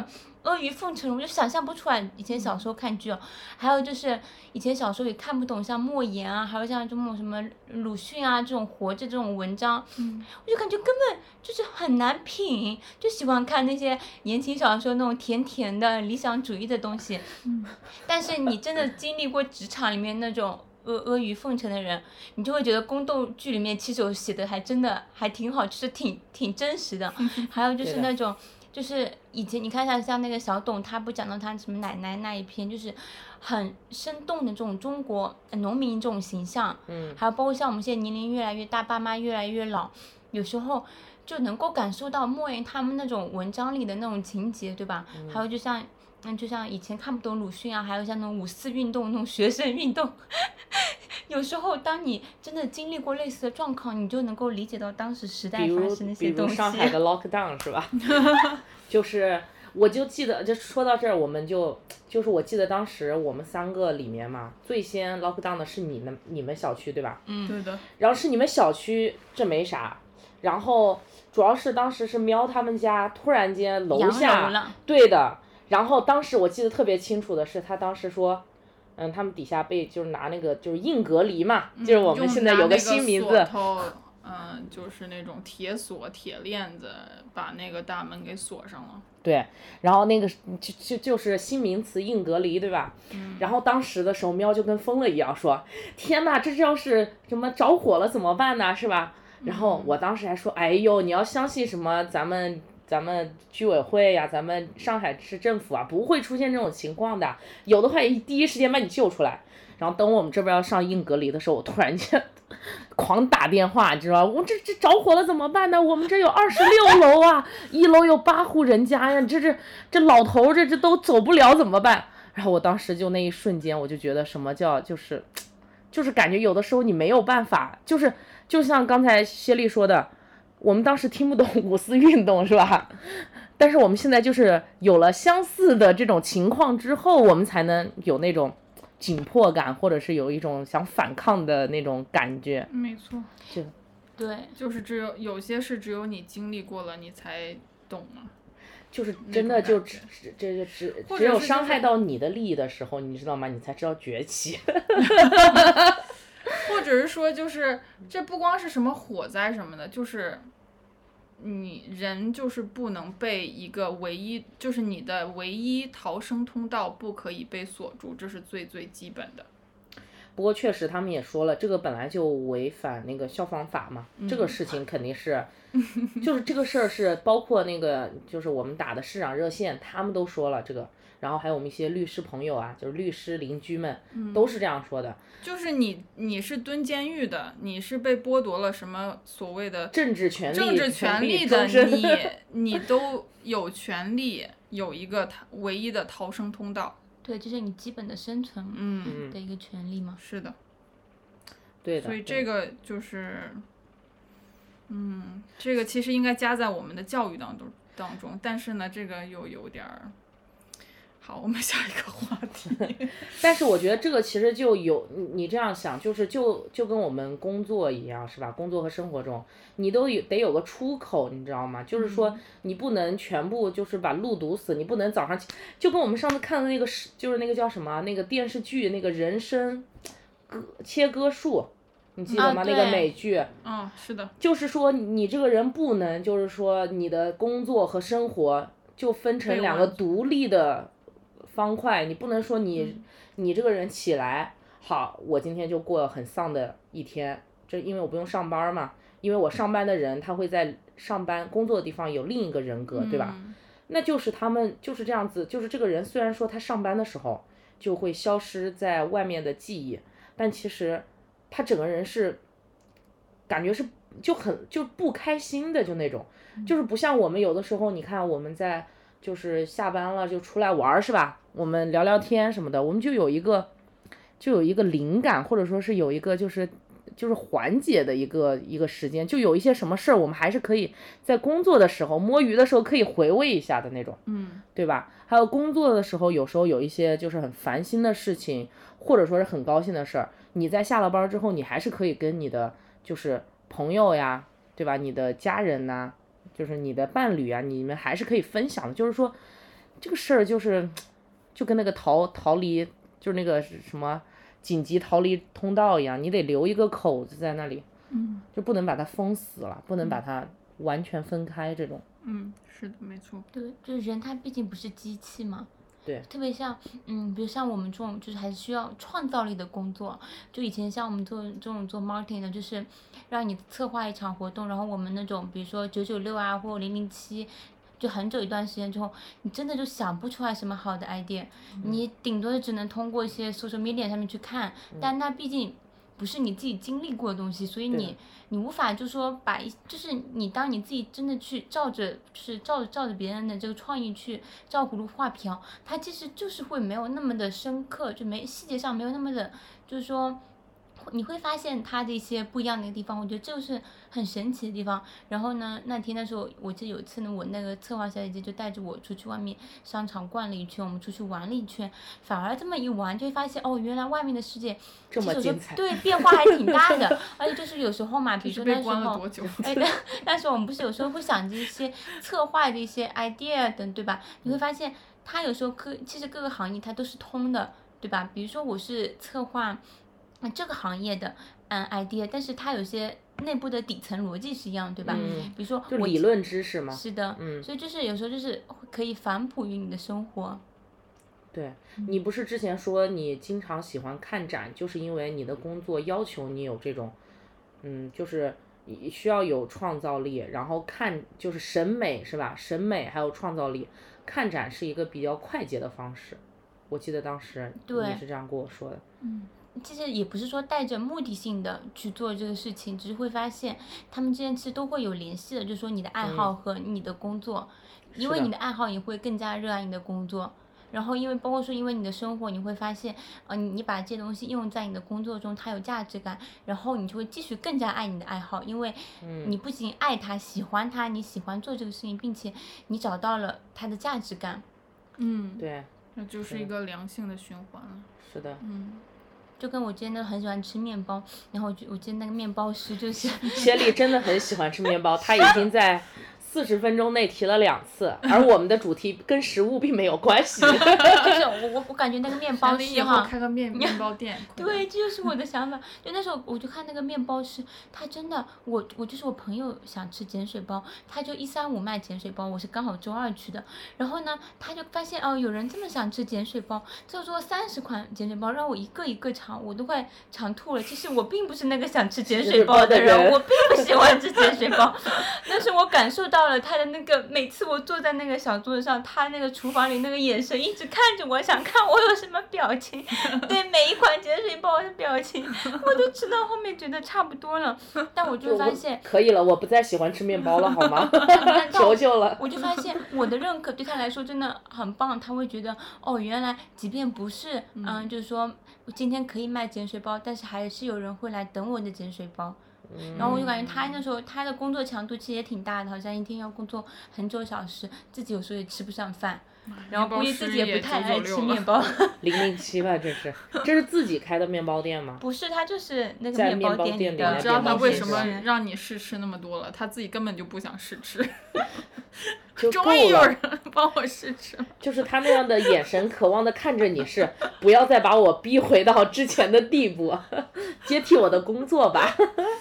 阿谀奉承，我就想象不出来。以前小时候看剧哦，还有就是以前小时候也看不懂像莫言啊，还有像这种什么鲁迅啊这种活着这种文章，我就感觉根本就是很难品，就喜欢看那些言情小说那种甜甜的理想主义的东西。但是你真的经历过职场里面那种阿谀奉承的人，你就会觉得宫斗剧里面七手写的还真的还挺好，就是挺真实的。还有就是那种，就是以前你看像那个小董，他不讲到他什么奶奶那一篇，就是很生动的这种中国农民这种形象。还有包括像我们现在年龄越来越大，爸妈越来越老，有时候就能够感受到莫言他们那种文章里的那种情节，对吧？还有就像以前看不懂鲁迅啊，还有像那种5·4运动那种学生运动，有时候当你真的经历过类似的状况，你就能够理解到当时时代发生那些东西。 比如上海的 lockdown 是吧？就是我就记得，就说到这儿，我们就是我记得当时我们3个里面嘛，最先 lockdown 的是你们小区对吧？ 对的。 然后是你们小区，这没啥。然后主要是当时是喵他们家突然间楼下，对的。然后当时我记得特别清楚的是，他当时说，他们底下被就是拿那个就是硬隔离嘛，就是我们现在有个新名字， 就是那种铁锁、铁链子把那个大门给锁上了。 对，然后那个就是新名词硬隔离，对吧？然后当时的时候，喵就跟疯了一样说：“天哪，这要是什么着火了怎么办呢？是吧？”然后我当时还说：“哎呦，你要相信什么咱们居委会呀，咱们上海市政府啊，不会出现这种情况的，有的话也第一时间把你救出来。”然后等我们这边要上硬隔离的时候，我突然间狂打电话，你知道吧？我这着火了怎么办呢？我们这有26楼啊，1楼有8户人家呀，这老头这都走不了怎么办？然后我当时就那一瞬间，我就觉得什么叫就是感觉有的时候你没有办法，就像刚才谢丽说的，我们当时听不懂5·4运动是吧？但是我们现在就是有了相似的这种情况之后，我们才能有那种紧迫感，或者是有一种想反抗的那种感觉。 没错， 对， 就是有些事只有你经历过了，你才懂了。 就是真的就只有伤害到你的利益的时候，你知道吗？你才知道崛起。 或者是说，就是这不光是什么火灾什么的，就是你人就是不能被一个就是你的唯一逃生通道不可以被锁住，这是最最基本的。 不过确实他们也说了，这个本来就违反那个消防法嘛，这个事情肯定是，就是这个事儿是包括那个就是我们打的市长热线，他们都说了这个，然后还有我们一些律师朋友啊，就是律师邻居们都是这样说的。 就是你是蹲监狱的，你是被剥夺了什么所谓的政治权利的，你都有权利有一个唯一的逃生通道。 对，这是你基本的生存的一个权利嘛。 是的， 对的。 所以这个就是，这个其实应该加在我们的教育当中，但是呢，这个又有点儿。好，我们下一个话题。 但是我觉得这个其实就有你这样想，就跟我们工作一样，是吧？工作和生活中，你得有个出口，你知道吗？就是说你不能全部就是把路堵死，你不能早上就跟我们上次看的那个就是那个叫什么那个电视剧那个人参切割术，你记得吗？那个美剧。 是的。 就是说你这个人不能就是说你的工作和生活就分成2个独立的方块，你不能说你这个人起来好，我今天就过很丧的一天，这因为我不用上班嘛，因为我上班的人他会在上班工作的地方有另一个人格，对吧？那就是他们就是这样子，就是这个人虽然说他上班的时候就会消失在外面的记忆，但其实他整个人是感觉是就不开心的，就那种，就是不像我们有的时候，你看我们在就是下班了就出来玩是吧？我们聊聊天什么的，我们就有一个灵感，或者说是有一个就是缓解的一个时间，就有一些什么事儿，我们还是可以在工作的时候摸鱼的时候可以回味一下的那种，对吧？还有工作的时候，有时候有一些就是很烦心的事情，或者说是很高兴的事儿，你在下了班之后，你还是可以跟你的就是朋友呀，对吧？你的家人呐，就是你的伴侣啊，你们还是可以分享的，就是说这个事儿就跟那个逃离，就是那个什么紧急逃离通道一样，你得留一个口子在那里，就不能把它封死了，不能把它完全分开这种。 是的，没错。 对，就是人他毕竟不是机器嘛。 对， 特别像，比如像我们这种就是还是需要创造力的工作，就以前像我们这种做 marketing 的，就是让你策划一场活动，然后我们那种比如说996啊或007，就很久一段时间之后，你真的就想不出来什么好的 idea，你顶多只能通过一些 social media 上面去看，但那毕竟不是你自己经历过的东西，所以你无法就说就是你当你自己真的去照着别人的这个创意去照葫芦画瓢，它其实就是会没有那么的深刻，就细节上没有那么的，就是说你会发现它的一些不一样的地方，我觉得这就是很神奇的地方。然后呢，那天的时候，我记得有一次呢，我那个策划小姐姐就带着我出去外面商场逛了一圈，我们出去玩了一圈，反而这么一玩，就会发现哦，原来外面的世界这么精彩， 对，变化还挺大的。而且就是有时候嘛，比如说那时候，那时候我们不是有时候会想着一些策划的一些 idea 等，对吧？你会发现它有时候其实各个行业它都是通的，对吧？比如说我是策划这个行业的idea， 但是它有些内部的底层逻辑是一样，对吧？比如说就理论知识嘛。 是的，所以就是有时候就是可以反哺于你的生活。 对，你不是之前说你经常喜欢看展，就是因为你的工作要求你有这种，就是需要有创造力，然后就是审美是吧？审美还有创造力，看展是一个比较快捷的方式。我记得当时你是这样跟我说的。 其实也不是说带着目的性的去做这个事情，只是会发现他们之间其实都会有联系的，就是说你的爱好和你的工作，因为你的爱好你会更加热爱你的工作，然后包括说因为你的生活，你会发现你把这些东西应用在你的工作中，它有价值感，然后你就会继续更加爱你的爱好，因为你不仅爱它喜欢它，你喜欢做这个事情，并且你找到了它的价值感。 对， 那就是一个良性的循环了。 是的。 就跟我真的很喜欢吃面包，然后我记得那个面包师就是千丽真的很喜欢吃面包，她已经在40分钟内提了2次，而我们的主题跟食物并没有关系。 就是我感觉那个面包师以后开个面包店。 对，这就是我的想法。就那时候我就看那个面包师，他真的，我就是我朋友想吃碱水包，他就135卖碱水包，我是刚好周2去的，然后呢，他就发现有人这么想吃碱水包，就做30款碱水包，让我一个一个尝，我都快尝吐了。其实我并不是那个想吃碱水包的人，我并不喜欢吃碱水包，但是我感受到了他的那个，每次我坐在那个小桌子上，他那个厨房里那个眼神一直看着我，想看我有什么表情，对每一款碱水包的表情，我都吃到后面觉得差不多了，但我就发现可以了，我不再喜欢吃面包了，好吗？求求了。 我就发现我的认可对他来说真的很棒，他会觉得原来即便不是就是说今天可以卖碱水包，但是还是有人会来等我的碱水包。然后我就感觉他那时候他的工作强度其实也挺大的，好像一天要工作很久小时，自己有时候也吃不上饭，然后估计自己也不太爱吃面包。 007吧，这是自己开的面包店吗？ 不是，他就是那个在面包店里的。 我知道他为什么让你试吃那么多了，他自己根本就不想试吃。 就终于有人帮我试吃。 就是他那样的眼神，渴望的看着你，是不要再把我逼回到之前的地步，接替我的工作吧。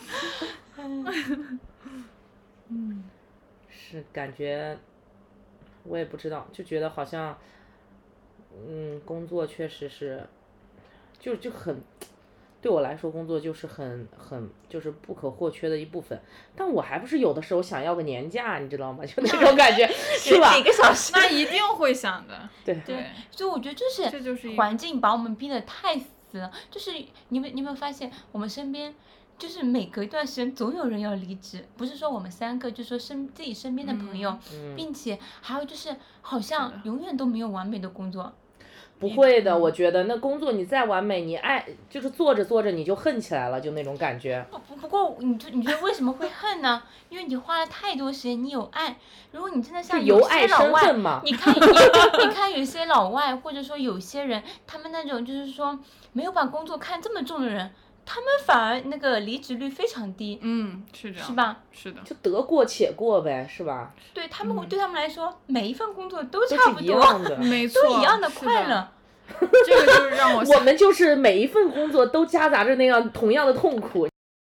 是感觉，我也不知道，就觉得好像，工作确实是，就很。对我来说，工作就是很就是不可或缺的一部分，但我还不是有的时候想要个年假，你知道吗？就那种感觉，是吧？ 几个小时， 那一定会想的。 对， 所以我觉得这就是环境把我们逼得太死了。就是你有没有发现，我们身边就是每隔一段时间总有人要离职，不是说我们3个，就说自己身边的朋友，并且还有就是好像永远都没有完美的工作。 不会的，我觉得那工作你再完美，你就是做着做着你就恨起来了，就那种感觉。 不过你觉得为什么会恨呢？因为你花了太多时间，你有爱。如果你真的像有些老外，你看有些老外，或者说有些人，他们那种就是说没有把工作看这么重的人， 他们反而那个离职率非常低， 是这样， 是吧？ 是的， 就得过且过呗，是吧？ 对他们，对他们来说，每一份工作都都差不是一样多， 的。 没错， 都一样的是快乐。 这个就是让我我们就是每一份工作都夹杂着那样同样的痛苦。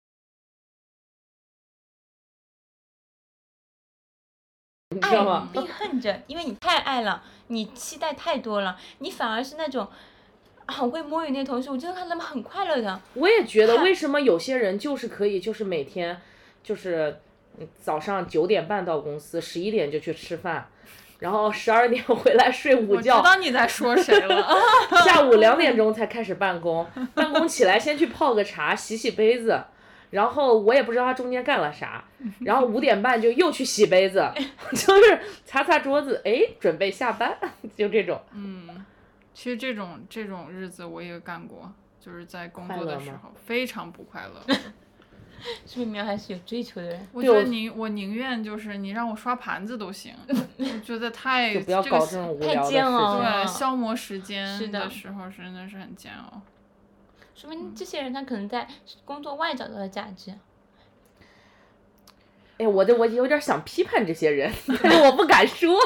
你知道吗？ 并恨着，因为你太爱了，你期待太多了，你反而是那种很会摸鱼那同事，我真的看他们很快乐的。 我也觉得，为什么有些人就是可以，就是每天就是早上9点半到公司，11点就去吃饭，然后12点回来睡午觉， 我知道你在说谁了。 下午2点钟才开始办公，办公起来先去泡个茶，洗洗杯子。然后我也不知道他中间干了啥，然后5点半就又去洗杯子，就是擦擦桌子，哎，准备下班，就这种。 其实这种日子我也干过，就是在工作的时快乐候非常不快乐。 说明苗还是有追求的人。 我觉得我宁愿就是你让我刷盘子都行，我觉得太就不要这个搞这种无聊的事太煎熬情。 了对消磨时间是的的时候真的是很煎熬。 说明这些人他可能在工作外找到了价值。 哎，我有点想批判这些人，但是我不敢说。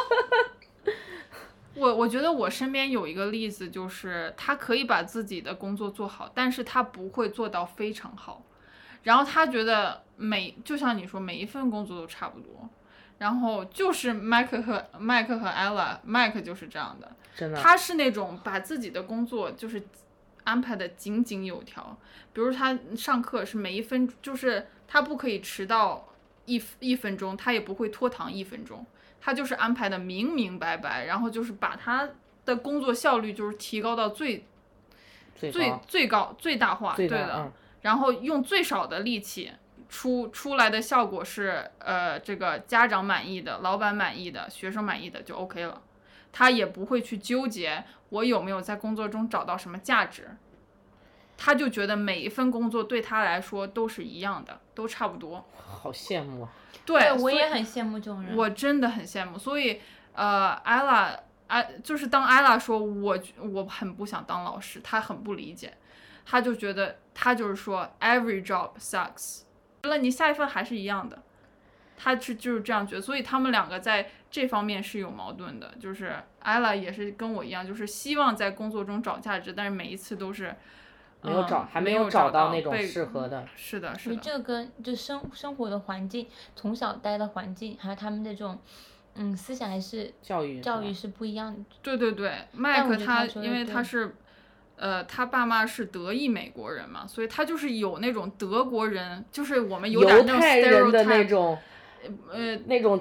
我觉得我身边有一个例子，就是他可以把自己的工作做好，但是他不会做到非常好。然后他觉得就像你说，每一份工作都差不多。然后就是麦克和 Ella， 麦克就是这样的。 真的。 他是那种把自己的工作就是安排的井井有条，比如他上课是每一分，就是他不可以迟到一分钟，他也不会拖堂1分钟。他就是安排的明明白白，然后就是把他的工作效率就是提高到最高最大化，对的。然后用最少的力气出来的效果是这个家长满意的、老板满意的、学生满意的就 OK 了。他也不会去纠结我有没有在工作中找到什么价值，他就觉得每一份工作对他来说都是一样的，都差不多。 好羡慕啊！ 对，我也很羡慕这种人。 我真的很羡慕，所以Ella，就是当 Ella 说我很不想当老师，他很不理解，他就觉得他就是说 every job sucks， 了你下一份还是一样的，他就是这样觉得，所以他们两个在这方面是有矛盾的，就是 Ella 也是跟我一样，就是希望在工作中找价值，但是每一次都是。 还没有找到那种适合的。 是的。 这个跟就生活的环境，从小待的环境，还有他们的这种思想还是教育是不一样的。 对，麦克他因为他是他爸妈是德裔美国人嘛，所以他就是有那种德国人，就是我们有点那种 stereotype， 犹太人的那种那种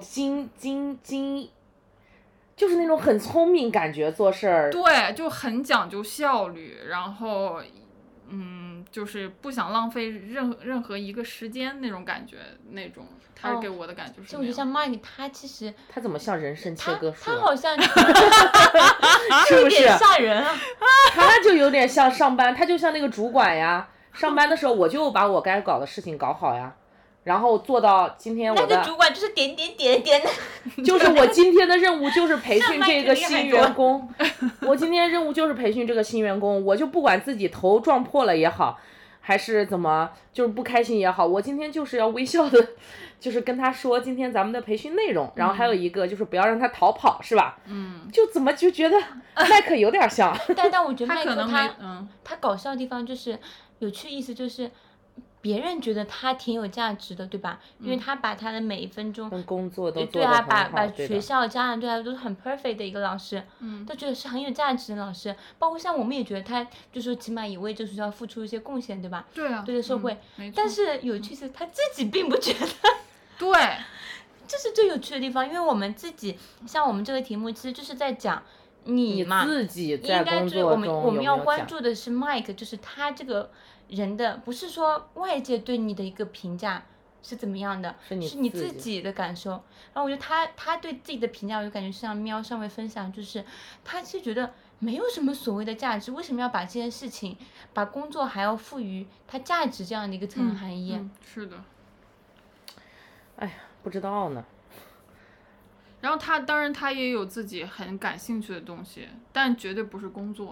就是那种很聪明，感觉做事儿。 对，就很讲究效率，然后就是不想浪费任何一个时间那种感觉，那种他给我的感觉是。 就我觉得像 Mike， 他其实他怎么像人参切割术？ 他好像是不是吓人啊？ 他就有点像上班，他就像那个主管呀。上班的时候我就把我该搞的事情搞好呀，然后做到今天我的。 那个主管就是点的。 就是我今天的任务就是培训这个新员工，我今天任务就是培训这个新员工，我就不管自己头撞破了也好，还是怎么就是不开心也好，我今天就是要微笑的，就是跟他说今天咱们的培训内容，然后还有一个就是不要让他逃跑，是吧？就怎么就觉得麦克有点像。 但我觉得麦克他他搞笑的地方就是有趣，意思就是别人觉得他挺有价值的，对吧？因为他把他的每一分钟跟工作都做对啊， 得很好， 把对的学校家长对他都是很 perfect 的一个老师，都觉得是很有价值的老师。包括像我们也觉得他就是起码也为这学校付出一些贡献，对吧？ 对啊， 对这社会。但是有趣是他自己并不觉得。 对， 这是最有趣的地方，因为我们自己像我们这个题目其实就是在讲你嘛， 自己在工作中我们要关有没有注的是 Mike， 就是他这个人的，不是说外界对你的一个评价是怎么样的，是你自己的感受。然后我觉得他对自己的评价，我就感觉像喵上位分享，就是他其实觉得没有什么所谓的价值，为什么要把这件事情，把工作还要赋予它价值这样的一个层含义？ 是的。 哎呀，不知道呢。 然后当然他也有自己很感兴趣的东西，但绝对不是工作。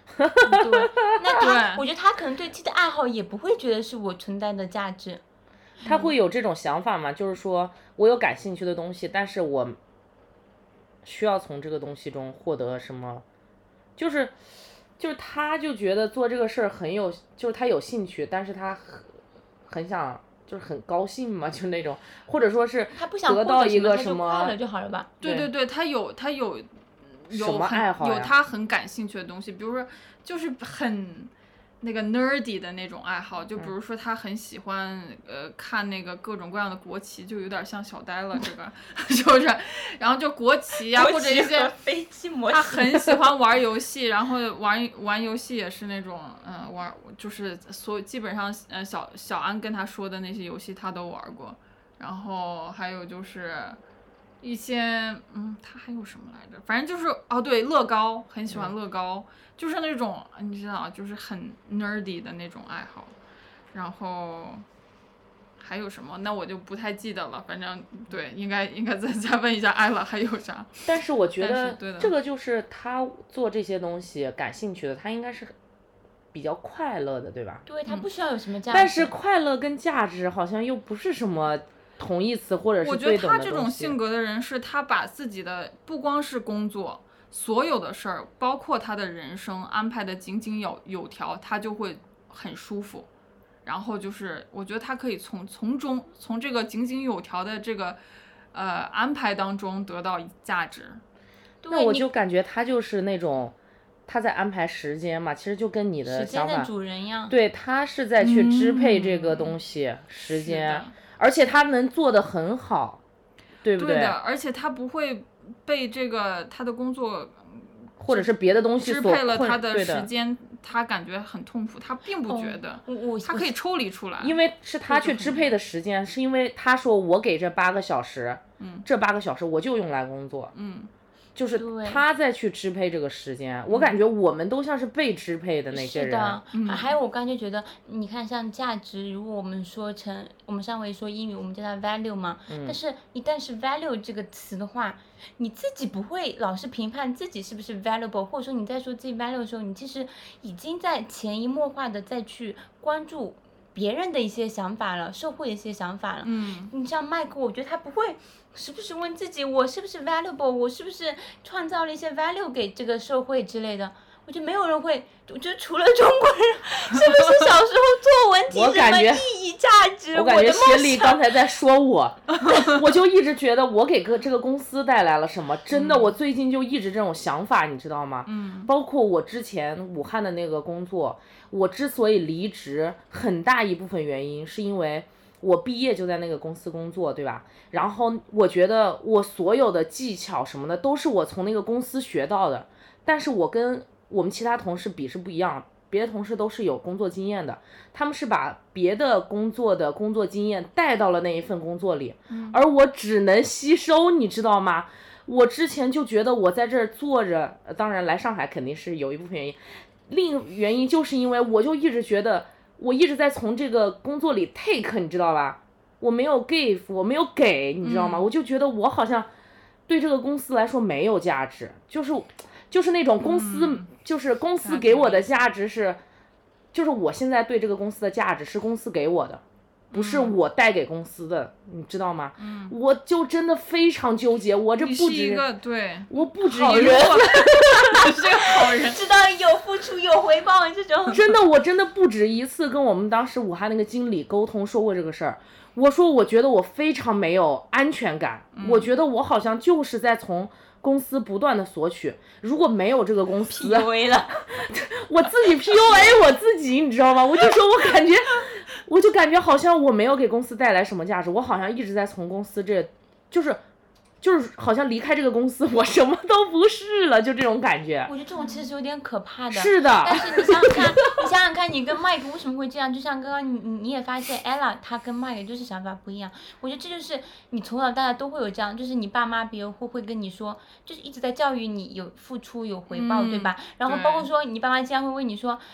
对，那他， 对我觉得他可能对自己的爱好也不会觉得是我存在的价值。 他会有这种想法吗？就是说我有感兴趣的东西，但是我需要从这个东西中获得什么？就是他就觉得做这个事儿很有，就是他有兴趣，但是他很想。就是很高兴嘛，就那种，或者说是他不想得到一个什么， 快乐就好了吧？ 对，他有什么爱好呀？ 有他很感兴趣的东西，比如说就是很那个 nerdy 的那种爱好，就比如说他很喜欢看那个各种各样的国旗，就有点像小呆了这个，是不是？然后就国旗呀、或者一些飞机模型， 他很喜欢玩游戏，然后玩游戏也是那种玩就是基本上小安跟他说的那些游戏他都玩过，然后还有就是一些他还有什么来着？反正就是对，乐高，很喜欢乐高，就是那种你知道，就是很 nerdy 的那种爱好。然后还有什么？那我就不太记得了。反正对，应该再问一下艾拉还有啥。 但是我觉得对的这个就是他做这些东西感兴趣的，他应该是比较快乐的，对吧？ 对，他不需要有什么价值。 但是快乐跟价值好像又不是什么同义词，或者是我觉得他这种性性格的人是他把自己的不光是工作，所有的事儿，包括他的人生安排的井井有条，他就会很舒服。然后就是我觉得他可以从这个井井有条的这个安排当中得到价值。 那我就感觉他就是那种他在安排时间嘛，其实就跟你的想法， 时间的主人一样。 对，他是在去支配这个东西，时间，而且他能做得很好，对不对的，而且他不会被这个他的工作或者是别的东西支配了他的时间，他感觉很痛苦，他并不觉得，他可以抽离出来。 因为是他去支配的时间，是因为他说我给这8个小时，这8个小时我就用来工作，就是他再去支配这个时间，我感觉我们都像是被支配的那些人。 是的，还有我刚才就觉得，你看像价值，如果我们说成我们上回说英语，我们叫它 value 嘛，但是一旦是 value 这个词的话，你自己不会老是评判自己是不是 valuable， 或者说你在说自己 value 的时候，你其实已经在潜移默化的再去关注别人的一些想法了，社会的一些想法了。你像麦克，我觉得他不会时不时问自己，我是不是 valuable， 我是不是创造了一些 value 给这个社会之类的。我觉得没有人会，我觉得除了中国人，是不是小时候作文题什么意义价值？ 我感觉谢丽刚才在说我就一直觉得我给这个公司带来了什么，真的，我最近就一直这种想法，你知道吗？包括我之前武汉的那个工作，我之所以离职，很大一部分原因是因为我毕业就在那个公司工作，对吧？然后我觉得我所有的技巧什么的都是我从那个公司学到的，但是我跟我们其他同事比是不一样，别的同事都是有工作经验的，他们是把别的工作的工作经验带到了那一份工作里，而我只能吸收，你知道吗？我之前就觉得我在这儿坐着，当然来上海肯定是有一部分原因，另原因就是因为我就一直觉得我一直在从这个工作里 take， 你知道吧？我没有 give， 我没有给，你知道吗？我就觉得我好像对这个公司来说没有价值，就是那种公司，就是公司给我的价值是，就是我现在对这个公司的价值是公司给我的，不是我带给公司的，你知道吗？我就真的非常纠结，我这不止一个对， 我不止一个人，是个好人， 知道有付出有回报这种。 真的，我真的不止一次跟我们当时武汉那个经理沟通说过这个事儿。我说我觉得我非常没有安全感，我觉得我好像就是在从公司不断的索取，如果没有这个公司 PUA 了我自己 PUA 我自己，你知道吗？我就说我就感觉好像我没有给公司带来什么价值，我好像一直在从公司这就是好像离开这个公司我什么都不是了，就这种感觉。 我觉得这种其实有点可怕的。 是的。 但是你想想看，你跟 Mike 为什么会这样？就像刚刚你也发现 Ella 她跟 Mike 就是想法不一样。我觉得这就是你从小到大都会有这样，就是你爸妈比如会跟你说，就是一直在教育你有付出有回报，对吧？然后包括说你爸妈经常会问你说，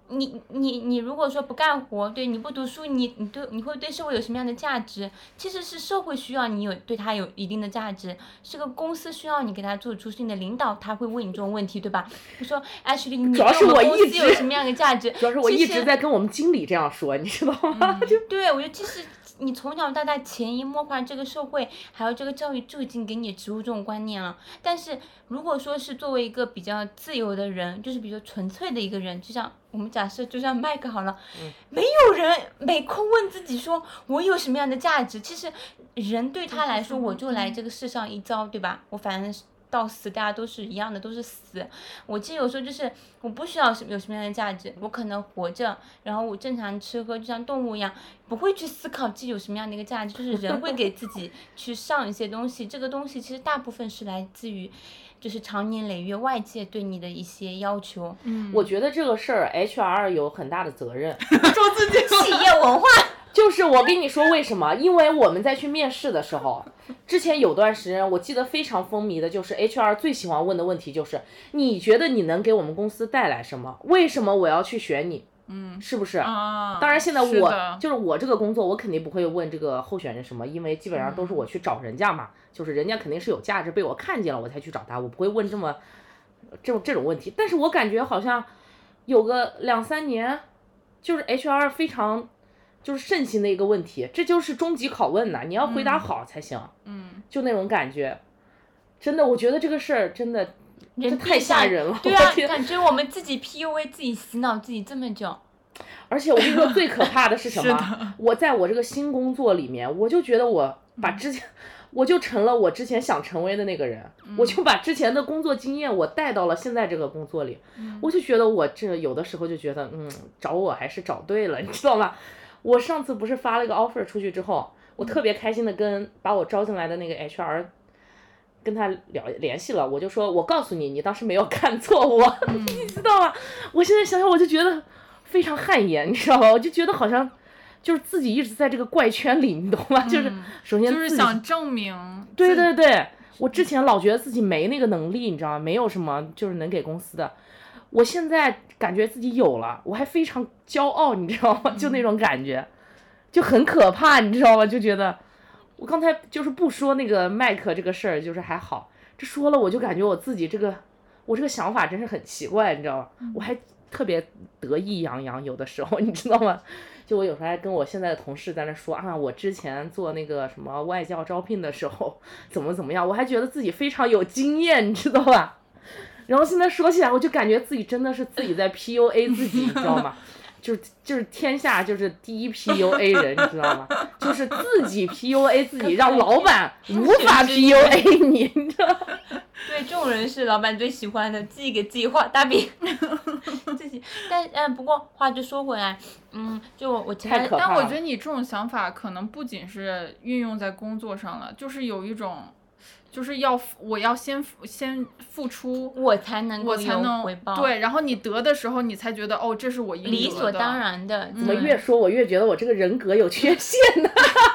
你如果说不干活，对你不读书，你会对社会有什么样的价值？其实是社会需要你对他有一定的价值，是个公司需要你给他做出，是你的领导他会问你这种问题，对吧？我说 Ashley，你对我们公司有什么样的价值？ 主要是我一直在跟我们经理这样说，你知道吗？ 对，我觉得其实你从小到大潜移默化，这个社会还有这个教育就已经给你植入这种观念了。但是如果说是作为一个比较自由的人，就是比如说纯粹的一个人，就像我们假设，就像麦克好了，没有人没空问自己说我有什么样的价值。其实人对他来说，我就来这个世上一遭，对吧？我反正到死大家都是一样的，都是死。我其实有时候就是我不需要有什么样的价值，我可能活着，然后我正常吃喝，就像动物一样，不会去思考自己有什么样的一个价值。就是人会给自己去上一些东西，这个东西其实大部分是来自于就是长年累月外界对你的一些要求。 我觉得这个事儿 HR 有很大的责任。 说自己企业文化。 就是我跟你说为什么？因为我们在去面试的时候，之前有段时间我记得非常风靡的，就是 HR 最喜欢问的问题就是你觉得你能给我们公司带来什么？为什么我要去选你？是不是？当然现在就是我这个工作，我肯定不会问这个候选人什么，因为基本上都是我去找人家嘛，就是人家肯定是有价值，被我看见了我才去找他，我不会问这种问题。但是我感觉好像有个2-3年，就是 HR 非常就是盛行的一个问题，这就是终极拷问呐，你要回答好才行。就那种感觉，真的，我觉得这个事儿真的。这太吓人了！ 对啊，感觉我们自己 PUA 自己洗脑自己这么久。 而且我跟你说，最可怕的是什么？我在我这个新工作里面，我就觉得我把我就成了我之前想成为的那个人，我就把之前的工作经验我带到了现在这个工作里，我就觉得我这有的时候就觉得，找我还是找对了，你知道吗？我上次不是发了一个 offer 出去之后，我特别开心的把我招进来的那个 HR。跟他联系了，我就说，我告诉你，你当时没有看错我，你知道吗？我现在想想，我就觉得非常汗颜，你知道吗？我就觉得好像就是自己一直在这个怪圈里，你懂吗？就是首先就是想证明， 对对对，我之前老觉得自己没那个能力，你知道吗？没有什么就是能给公司的，我现在感觉自己有了，我还非常骄傲，你知道吗？就那种感觉，就很可怕，你知道吗？就觉得。我刚才就是不说那个麦克这个事儿，就是还好，这说了我就感觉我自己我这个想法真是很奇怪，你知道吗？我还特别得意洋洋，有的时候你知道吗？就我有时候还跟我现在的同事在那说啊，我之前做那个什么外教招聘的时候怎么样，我还觉得自己非常有经验，你知道吧？然后现在说起来，我就感觉自己真的是自己在 PUA 自己，你知道吗？就是天下就是第一 PUA 人，你知道吗？就是自己 PUA 自己，让老板无法 PUA 你，你知道吗？ 对，这种人是老板最喜欢的，自己给自己画大饼，自己。不过话就说回来，就我前面， 但我觉得你这种想法可能不仅是运用在工作上了，就是有一种。就是我要先付出， 我才能有回报。 对，然后你得的时候，你才觉得哦，这是我应得的， 理所当然的。 怎么越说我越觉得我这个人格有缺陷呢？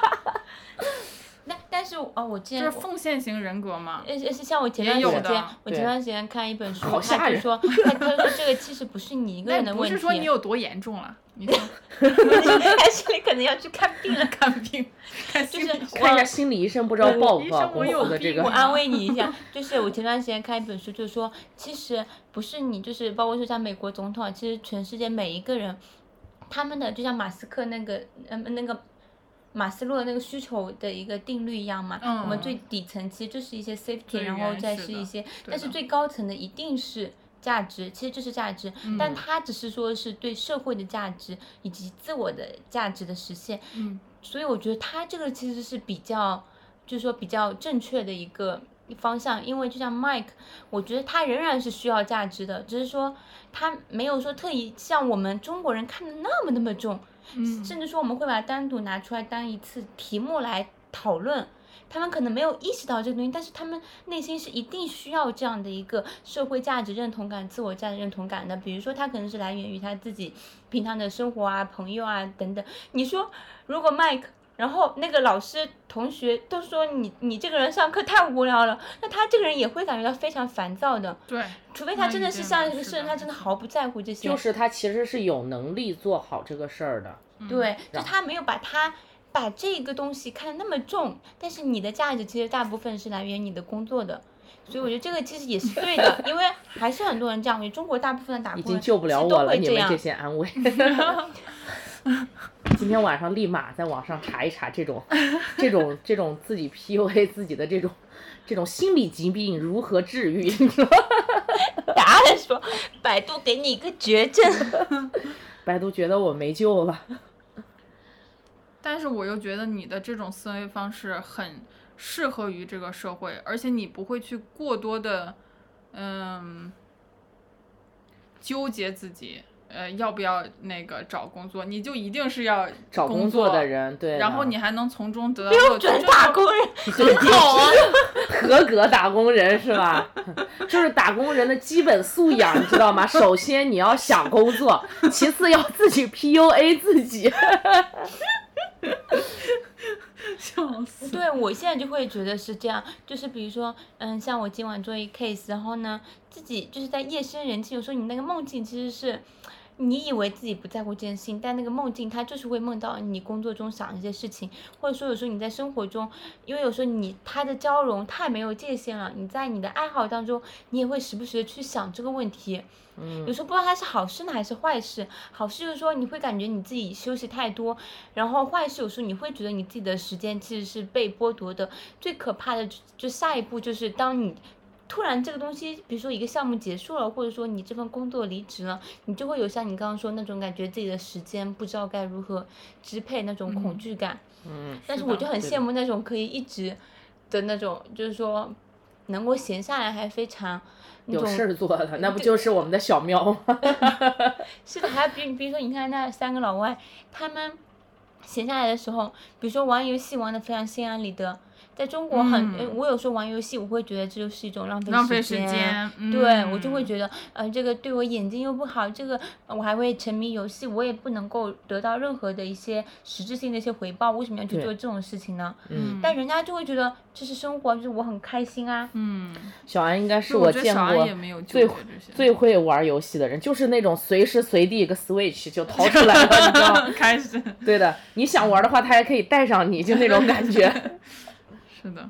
但是我之前就是奉献型人格嘛。 像我前段时间看一本书，他就说这个其实不是你一个人的问题。 不是说你有多严重了，你说还是你可能要去看病了， 就是看一下心理医生，不知道报不报公司的这个。 我安慰你一下，就是我前段时间看一本书，就是说其实不是你，就是包括说像美国总统，其实全世界每一个人，他们的就像马斯克那个马斯洛的那个需求的一个定律一样嘛，我们最底层其实就是一些 safety， 然后再是一些，但是最高层的一定是价值，其实这是价值，但它只是说是对社会的价值以及自我的价值的实现，所以我觉得它这个其实是比较，就是说比较正确的一个方向，因为就像 Mike， 我觉得他仍然是需要价值的，只是说他没有说特意像我们中国人看的那么重。甚至说我们会把它单独拿出来当一次题目来讨论，他们可能没有意识到这个东西，但是他们内心是一定需要这样的一个社会价值认同感、自我价值认同感的。比如说他可能是来源于他自己平常的生活啊、朋友啊等等。你说如果 Mike 然后那个老师同学都说你这个人上课太无聊了，那他这个人也会感觉到非常烦躁的。 对， 除非他真的是上一个事， 是的他真的毫不在乎这些。 就是他其实是有能力做好这个事儿的。 对，就他没有把这个东西看得那么重，但是你的价值其实大部分是来源于你的工作的。所以我觉得这个其实也是对的，因为还是很多人这样，因为中国大部分的打工人已经救不了其实都我了，你们会这样这些安慰。今天晚上立马在网上查一查这种自己 PUA 自己的这种心理疾病如何治愈，你知道吗？ 答案说，百度给你一个绝症。 百度觉得我没救了。 但是我又觉得你的这种思维方式很适合于这个社会，而且你不会去过多的，纠结自己，要不要那个找工作，你就一定是要找工作的人，对。 然后你还能从中得到标准打工人， 很好啊，合格打工人是吧？就是打工人的基本素养，你知道吗？首先你要想工作，其次要自己 PUA 自己。 笑死！ 对，我现在就会觉得是这样，就是比如说，像我今晚做一 case，然后呢，自己就是在夜深人静，有时候你那个梦境其实是，你以为自己不在乎这件事情，但那个梦境它就是会梦到你工作中想一些事情，或者说有时候你在生活中，因为有时候它的交融太没有界限了，你在你的爱好当中，你也会时不时的去想这个问题。有时候不知道它是好事呢还是坏事。好事就是说你会感觉你自己休息太多，然后坏事有时候你会觉得你自己的时间其实是被剥夺的。最可怕的就下一步就是当你突然这个东西，比如说一个项目结束了，或者说你这份工作离职了，你就会有像你刚刚说那种感觉自己的时间不知道该如何支配那种恐惧感。但是我就很羡慕那种可以一直的那种，就是说能够闲下来还非常有事儿做的，那不就是我们的小喵吗？ 是的，还比如说你看那3个老外，他们闲下来的时候，比如说玩游戏玩得非常心安理得。在中国我有时候玩游戏，我会觉得这就是一种浪费时间。对，我就会觉得，这个对我眼睛又不好，这个我还会沉迷游戏，我也不能够得到任何的一些实质性的一些回报，为什么要去做这种事情呢？但人家就会觉得这是生活，就是我很开心啊。 小安应该是我见过最会玩游戏的人，就是那种随时随地一个 Switch 就掏出来了，你知道吗？ 开始。 对的，你想玩的话，他还可以带上你，就那种感觉。 是的，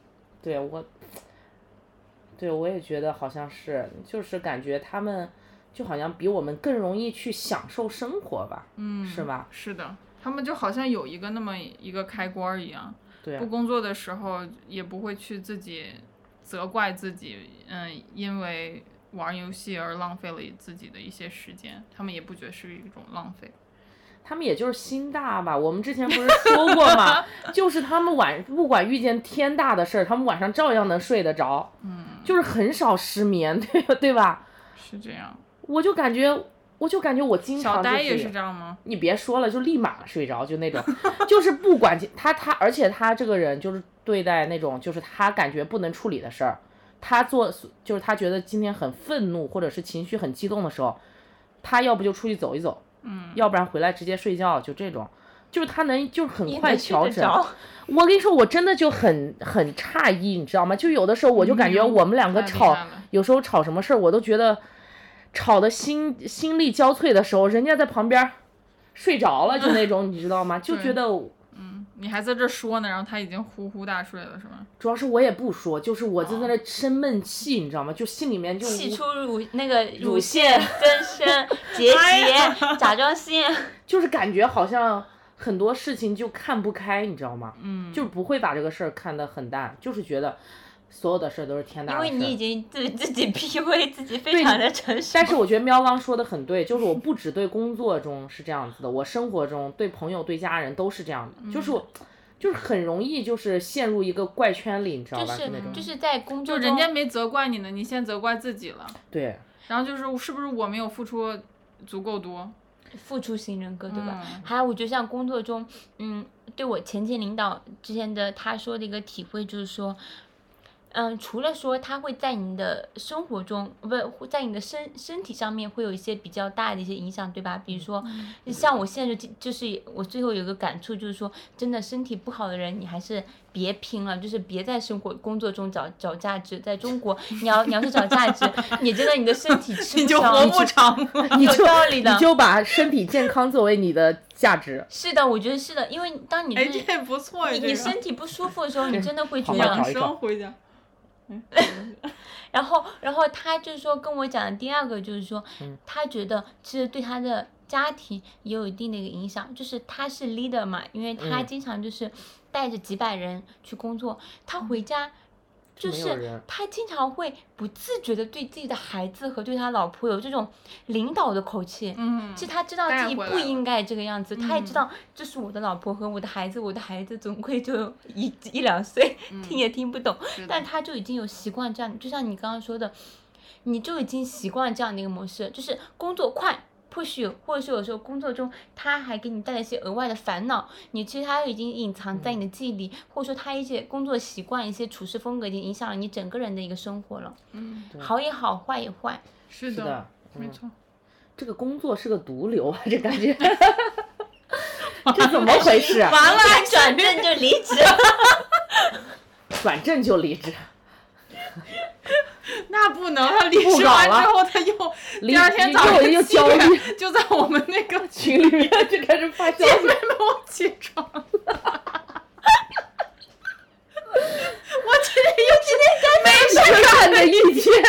对，我也觉得好像是，就是感觉他们就好像比我们更容易去享受生活吧，是吧？ 是的，他们就好像有一个那么一个开关一样， 对， 不工作的时候也不会去自己责怪自己，因为玩游戏而浪费了自己的一些时间，他们也不觉得是一种浪费。 他们也就是心大吧，我们之前不是说过吗？就是他们不管遇见天大的事儿，他们晚上照样能睡得着，就是很少失眠，对吧？ 是这样。 我就感觉我经常小呆也是这样吗？ 你别说了，就立马睡着，就那种，就是不管他，而且他这个人就是对待那种就是他感觉不能处理的事儿，就是他觉得今天很愤怒或者是情绪很激动的时候，他要不就出去走一走。要不然回来直接睡觉，就这种，就是他能就是很快调整。我跟你说，我真的就很诧异，你知道吗？就有的时候我就感觉我们两个吵，有时候吵什么事儿，我都觉得吵得心力交瘁的时候，人家在旁边睡着了，就那种，你知道吗？就觉得。 你还在这说呢，然后他已经呼呼大睡了，是吗？ 主要是我也不说，就是我就在那生闷气，你知道吗？就心里面就气出乳腺增生、结节、甲状腺， 就是感觉好像很多事情就看不开，你知道吗？就不会把这个事儿看得很淡，就是觉得所有的事都是天大的事。 因为你已经自己 PUA 自己非常的成熟。 但是我觉得喵刚说的很对，就是我不只对工作中是这样子的，我生活中对朋友对家人都是这样的，就是很容易就是陷入一个怪圈里，你知道吧？ 就是在工作中， 就人家没责怪你呢，你先责怪自己了。 对。 然后是不是我没有付出足够多？ 付出型人格，对吧？还有我觉得像工作中，对我前领导之前的他说的一个体会就是说， 除了说它会在你的生活中，不在你的身体上面会有一些比较大的一些影响，对吧？比如说，像我现在就是我最后有个感触，就是说，真的身体不好的人，你还是别拼了，就是别在工作中找价值。在中国，你要是找价值，你真的你的身体吃你就不消， 活不长。 有道理的。 你就把身体健康作为你的价值。 是的，我觉得是的，因为当你哎，这也不错。 你身体不舒服的时候，你真的会觉好得。 养生回家。 然后他就是说跟我讲的第二个就是说，他觉得其实对他的家庭也有一定的一个影响，就是他是 leader 嘛，因为他经常就是带着几百人去工作，他回家就是他经常会不自觉的对自己的孩子和对他老婆有这种领导的口气。其实他知道自己不应该这个样子，他也知道这是我的老婆和我的孩子，我的孩子总归就一两岁，听也听不懂，但他就已经有习惯这样，就像你刚刚说的，你就已经习惯这样的一个模式，就是工作快。push you， 或者是有时候工作中他还给你带来一些额外的烦恼，你其实他已经隐藏在你的记忆里，或者说他一些工作习惯、一些处事风格已经影响了你整个人的一个生活了。好也好，坏也坏。 是的，没错。 这个工作是个毒瘤啊，这感觉。这怎么回事？ 完了，转正就离职。 转正就离职。 那不能，他离职完之后，他又第二天早上又焦虑， 就在我们那个群里面就开始发消息， 姐妹们，我起床了。我今天没事干的一天。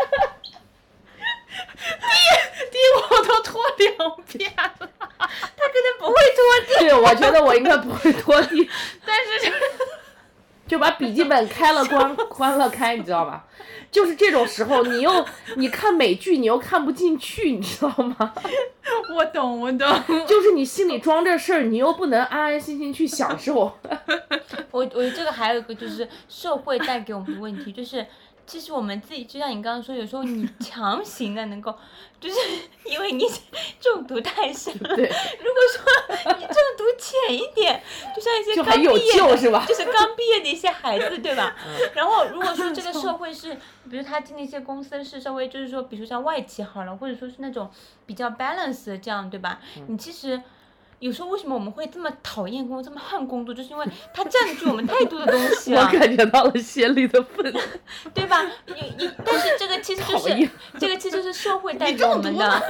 地我都拖2遍了。 他可能不会拖地。 对，我觉得我应该不会拖地， 但是就把笔记本开了关了开，你知道吧？就是这种时候，你看美剧，你又看不进去，你知道吗？ 我懂。 就是你心里装着事儿，你又不能安安心心去享受。 我这个还有一个就是社会带给我们的问题，就是其实我们自己就像你刚刚说，有时候你强行的能够，就是因为你中毒太深了。 对。 如果说你中毒浅一点，就像一些刚毕业的， 是吧？ 就是刚毕业的一些孩子，对吧？然后如果说这个社会是，比如他进那些公司是稍微就是说，比如说像外企好了，或者说是那种比较 balance 的这样，对吧？你其实。有时候为什么我们会这么讨厌工作，这么恨工作，就是因为它占据我们太多的东西了。 我感觉到了心里的愤怒， 对吧？但是这个其实就是社会带给我们的。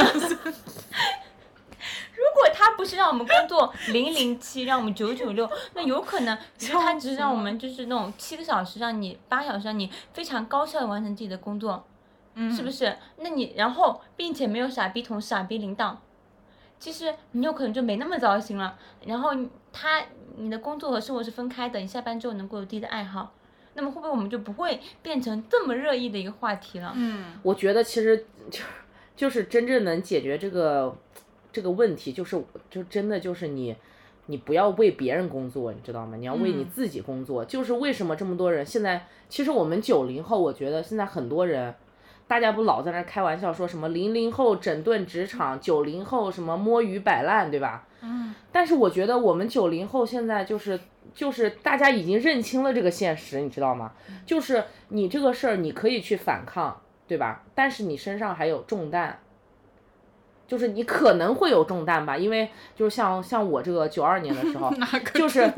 如果他不是让我们工作007，让我们996，那有可能他只是让我们就是那种7个小时，让你8小时，让你非常高效的完成自己的工作，是不是？那你然后并且没有傻逼同事、傻逼领导。其实你有可能就没那么糟心了，然后你的工作和生活是分开的，你下班之后能够有自己的爱好，那么会不会我们就不会变成这么热议的一个话题了？ 我觉得其实就是真正能解决这个问题，就真的就是你不要为别人工作，你知道吗？你要为你自己工作。就是为什么这么多人现在，其实我们90后，我觉得现在很多人。大家不老在那开玩笑说什么00后整顿职场，90后什么摸鱼摆烂，对吧？但是我觉得我们90后现在就是大家已经认清了这个现实，你知道吗？就是你这个事儿你可以去反抗，对吧？但是你身上还有重担，就是你可能会有重担吧，因为就是像我这个92年的时候，就是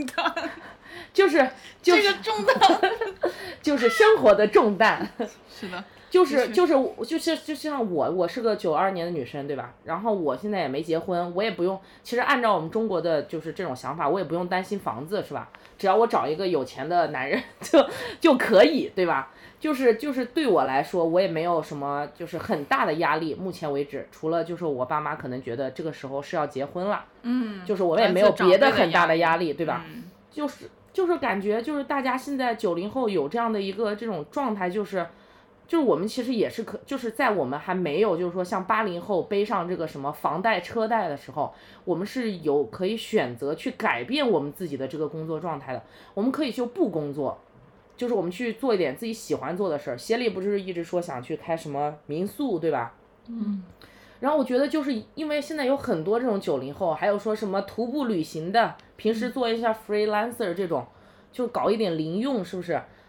这个重担就是生活的重担。 是的。 就像我是个92年的女生，对吧？然后我现在也没结婚，我也不用，其实按照我们中国的就是这种想法，我也不用担心房子，是吧？只要我找一个有钱的男人就可以，对吧？就是对我来说，我也没有什么就是很大的压力，目前为止，除了就是我爸妈可能觉得这个时候是要结婚了，就是我也没有别的很大的压力，对吧？就是感觉就是大家现在90后有这样的一个这种状态，就是我们其实也是就是在我们还没有就是说像80后背上这个什么房贷车贷的时候，我们是有可以选择去改变我们自己的这个工作状态的。我们可以就不工作，就是我们去做一点自己喜欢做的事儿。协理不是一直说想去开什么民宿，对吧？然后我觉得就是因为现在有很多这种90后，还有说什么徒步旅行的，平时做一下 freelancer 这种，就搞一点零用，是不是？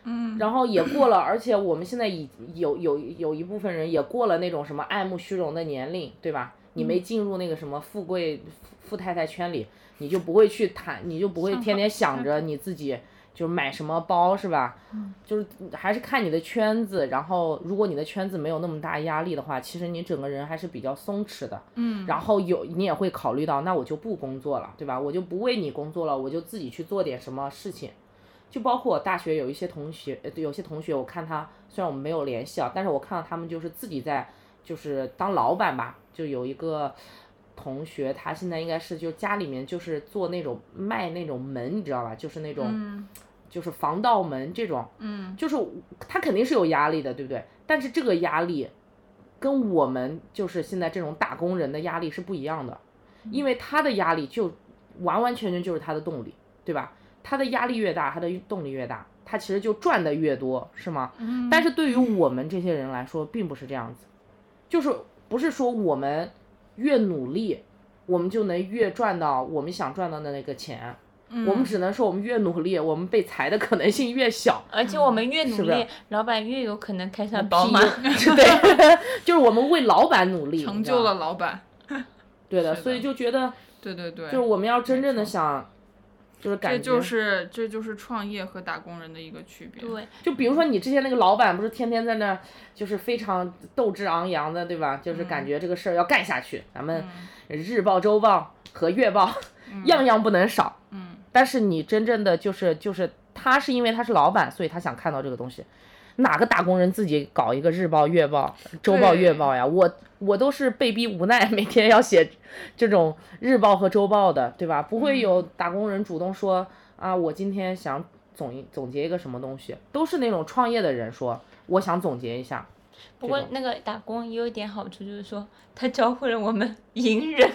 然后也过了，而且我们现在有一部分人也过了那种什么爱慕虚荣的年龄，对吧？你没进入那个什么富太太圈里，你就不会你就不会天天想着你自己就是买什么包，是吧？就是还是看你的圈子，然后如果你的圈子没有那么大压力的话，其实你整个人还是比较松弛的。然后你也会考虑到，那我就不工作了，对吧？我就不为你工作了，我就自己去做点什么事情。就包括我大学有些同学，我看他虽然我们没有联系啊，但是我看到他们就是自己在就是当老板吧。就有一个同学，他现在应该是就家里面就是做那种卖那种门，你知道吧？就是那种就是防盗门这种，就是他肯定是有压力的，对不对？但是这个压力跟我们就是现在这种打工人的压力是不一样的，因为他的压力就完完全全就是他的动力，对吧？他的压力越大，他的动力越大，他其实就赚的越多，是吗？但是对于我们这些人来说，并不是这样子，就是不是说我们越努力，我们就能越赚到我们想赚到的那个钱。我们只能说我们越努力，我们被裁的可能性越小。 而且我们越努力，老板越有可能开上宝马。 对，就是我们为老板努力， 成就了老板。 对的，所以就觉得， 对， 就是我们要真正的想。就是感觉这就是创业和打工人的一个区别。 对， 就比如说你之前那个老板不是天天在那就是非常斗志昂扬的，对吧？就是感觉这个事儿要干下去，咱们日报、周报和月报样样不能少。但是你真正的就是他是因为他是老板，所以他想看到这个东西。哪个打工人自己搞一个日报、月报、周报、月报呀？我都是被逼无奈，每天要写这种日报和周报的，对吧？不会有打工人主动说啊，我今天想总结一个什么东西，都是那种创业的人说我想总结一下。 不过那个打工也有一点好处，就是说他教会了我们隐忍。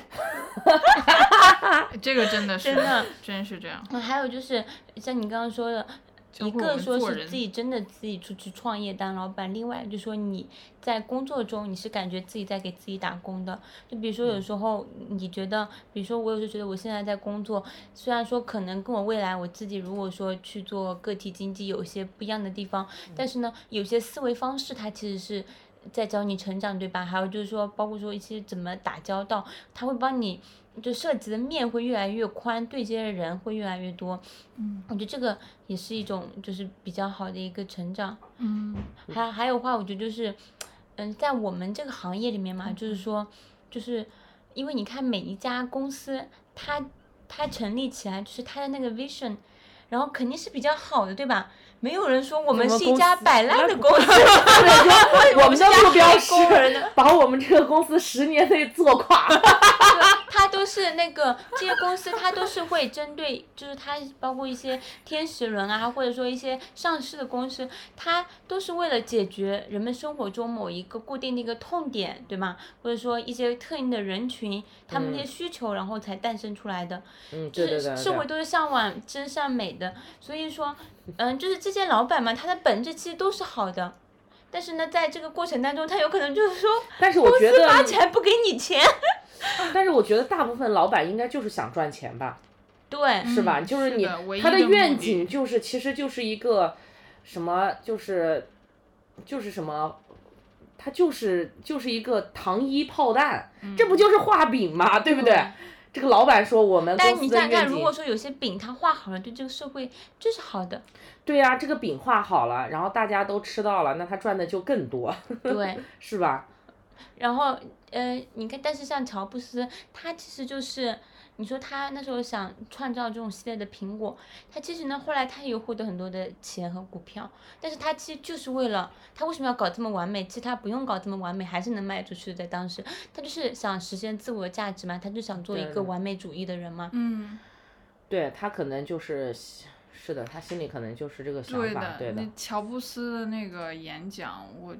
这个真的是，真是这样。 还有就是像你刚刚说的。一个说是自己真的自己出去创业当老板，另外就说你在工作中你是感觉自己在给自己打工的。就比如说有时候你觉得，比如说我有时候觉得我现在在工作，虽然说可能跟我未来我自己如果说去做个体经济有些不一样的地方，但是呢有些思维方式它其实是在教你成长，对吧？还有就是说包括说一些怎么打交道，它会帮你就涉及的面会越来越宽，对接的人会越来越多。我觉得这个也是一种就是比较好的一个成长。还有话，我觉得就是，在我们这个行业里面嘛，就是说，就是因为你看每一家公司，它成立起来就是它的那个 vision，然后肯定是比较好的，对吧？没有人说我们是一家摆烂的公司， 我们的目标是把我们这个公司10年内做垮。 它都是那个这些公司，它都是会针对，就是它包括一些天使轮啊，或者说一些上市的公司，它都是为了解决人们生活中某一个固定的一个痛点，对吗？或者说一些特定的人群，他们那些需求，然后才诞生出来的。就是社会都是向往真善美的，所以说，就是这些老板嘛，他的本质其实都是好的。但是呢，在这个过程当中，他有可能就是说， 但是我觉得公司发起来不给你钱。 但是我觉得大部分老板应该就是想赚钱吧， 对， 是吧？就是他的愿景就是其实就是一个什么，就是什么，他就是一个糖衣炮弹，这不就是画饼吗？对不对？这个老板说我们公司的愿景。 但你想看，如果说有些饼他画好了，对这个社会就是好的。 对呀，这个饼画好了，然后大家都吃到了，那他赚的就更多。 对， 是吧？ 然后你看，但是像乔布斯，他其实就是，你说他那时候想创造这种系列的苹果，他其实呢后来他也有获得很多的钱和股票，但是他其实就是为了，他为什么要搞这么完美？其实他不用搞这么完美，还是能卖出去的。在当时，他就是想实现自我价值嘛，他就想做一个完美主义的人嘛。 对，他可能就是的，他心里可能就是这个想法。对的。 那乔布斯的那个演讲，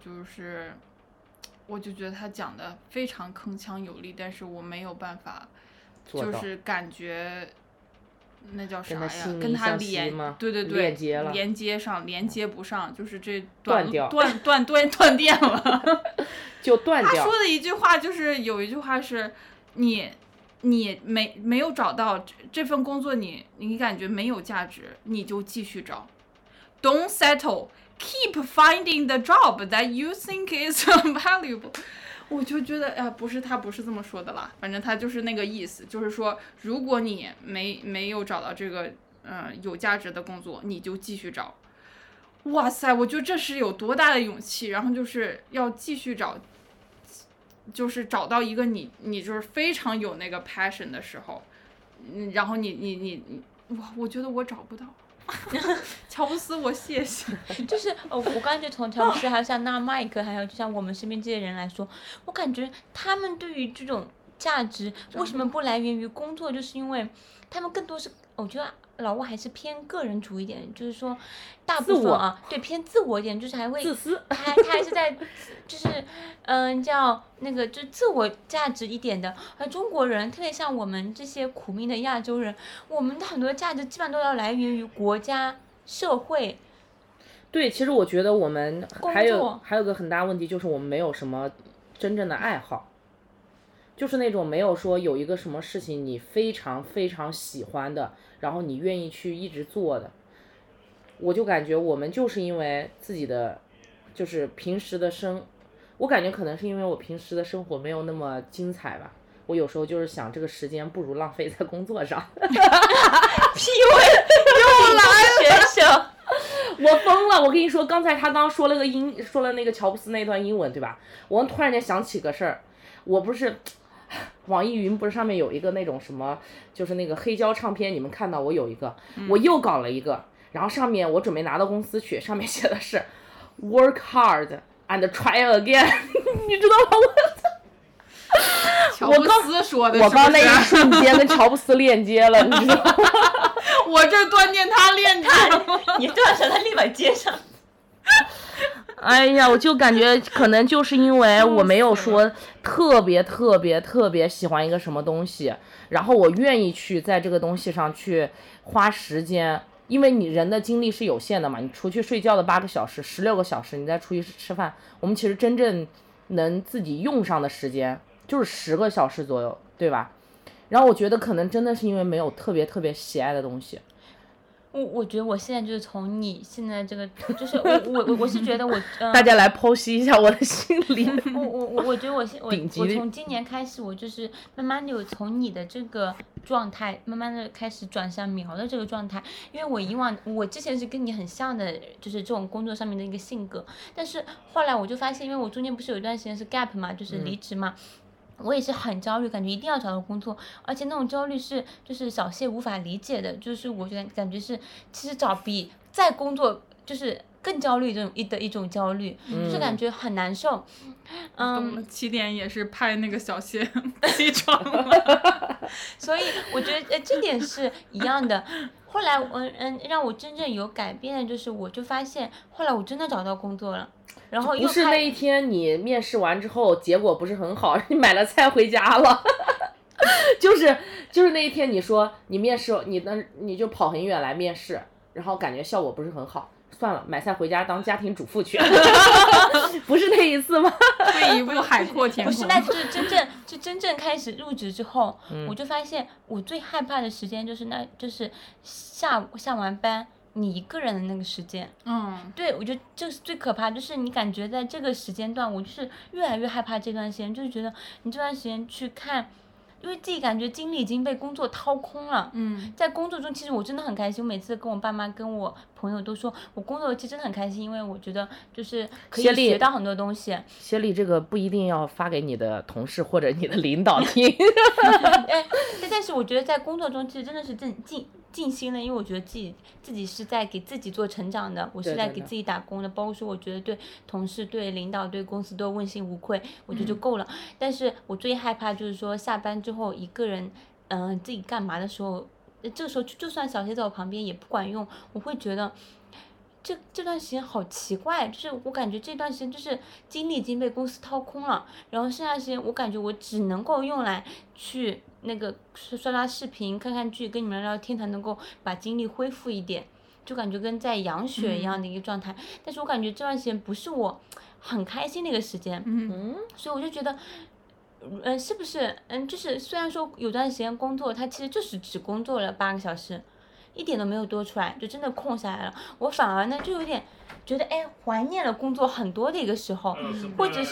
我就觉得他讲的非常铿锵有力，但是我没有办法，就是感觉那叫啥呀？跟他连接了， 连接不上，就是这断掉， 断电了， 就断掉。 他说的一句话就是有一句话是，你没有找到这份工作，你感觉没有价值，你就继续找。 don't settle, keep finding the job that you think is valuable。我就觉得不是，他不是这么说的啦，反正他就是那个意思，就是说，如果你没有找到这个有价值的工作，你就继续找。哇塞，我觉得这是有多大的勇气，然后就是要继续找，就是找到一个你就是非常有那个 passion 的时候，然后你我觉得我找不到。乔布斯，我谢谢。 就是我感觉从乔布斯，还有像那麦克，还有就像我们身边这些人来说，我感觉他们对于这种价值为什么不来源于工作，就是因为他们更多是，我觉得老外还是偏个人主义一点，就是说大部分啊，对，偏自我一点，就是还会自私， 他还是在就是叫那个就自我价值一点的。而中国人，特别像我们这些苦命的亚洲人，我们的很多价值基本上都要来源于国家、社会。 对，其实我觉得我们还工有个很大问题，就是我们没有什么真正的爱好，就是那种没有说有一个什么事情你非常非常喜欢的，然后你愿意去一直做的。我就感觉我们就是因为自己的就是平时的我感觉可能是因为我平时的生活没有那么精彩吧，我有时候就是想这个时间不如浪费在工作上。 PUA 又来了，学生。 我疯了！我跟你说，刚才他刚说了那个乔布斯那段英文，对吧？我突然间想起个事儿，我不是网易云不是上面有一个那种什么，就是那个黑胶唱片，你们看到我有一个，我又搞了一个，然后上面我准备拿到公司去，上面写的是 work hard and try again， 你知道吗？ 乔布斯说的是不是， 我刚那一瞬间跟乔布斯链接了，你知道吗？ 我这断电他链接了， 你断上他立马接上。 哎呀，我就感觉可能就是因为我没有说特别特别特别喜欢一个什么东西，然后我愿意去在这个东西上去花时间，因为你人的精力是有限的嘛，你除去睡觉的8个小时、16个小时，你再出去吃饭，我们其实真正能自己用上的时间就是10个小时左右，对吧？然后我觉得可能真的是因为没有特别特别喜爱的东西。 我觉得我现在就是从你现在这个，就是我是觉得我大家来剖析一下我的心理。 我觉得我从今年开始，我就是慢慢的有从你的这个状态，慢慢的开始转向苗的这个状态，因为我之前是跟你很像的，就是这种工作上面的一个性格，但是后来我就发现，因为我中间不是有一段时间是 gap 嘛，就是离职嘛。我也是很焦虑，感觉一定要找到工作，而且那种焦虑是就是小谢无法理解的，就是我感觉是其实找比在工作就是更焦虑一种焦虑，就是感觉很难受。 懂了，7点也是派那个小谢起床了。 所以我觉得这点是一样的。后来让我真正有改变的就是，我就发现后来我真的找到工作了。然后不是那一天你面试完之后结果不是很好，你买了菜回家了。就是那一天你说你面试你就跑很远来面试，然后感觉效果不是很好，算了，买菜回家当家庭主妇去。不是那一次吗？ 退一步海阔天空。 不是，那就是真正开始入职之后，我就发现我最害怕的时间就是下完班。你一个人的那个时间，对，我觉得这是最可怕，就是你感觉在这个时间段，我就是越来越害怕这段时间，就是觉得你这段时间去看，因为自己感觉精力已经被工作掏空了。在工作中，其实我真的很开心，我每次跟我爸妈、跟我朋友都说，我工作其实真的很开心，因为我觉得就是可以学到很多东西。 谢丽，这个不一定要发给你的同事或者你的领导听。 但是我觉得在工作中，其实真的是尽心了，因为我觉得自己是在给自己做成长的，我是在给自己打工的，包括说我觉得对同事、对领导、对公司都问心无愧，我觉得就够了。但是我最害怕就是说下班之后一个人自己干嘛的时候，这个时候就算小谢在我旁边也不管用，我会觉得这段时间好奇怪，就是我感觉这段时间就是精力已经被公司掏空了，然后剩下的时间我感觉我只能够用来去那个刷视频、看看剧、跟你们聊天，才能够把精力恢复一点，就感觉跟在养血一样的一个状态。但是我感觉这段时间不是我很开心的一个时间，所以我就觉得。是不是就是虽然说有段时间工作，它其实就是只工作了8个小时， 一点都没有多出来，就真的空下来了。我反而呢就有点觉得怀念了工作很多的一个时候，或者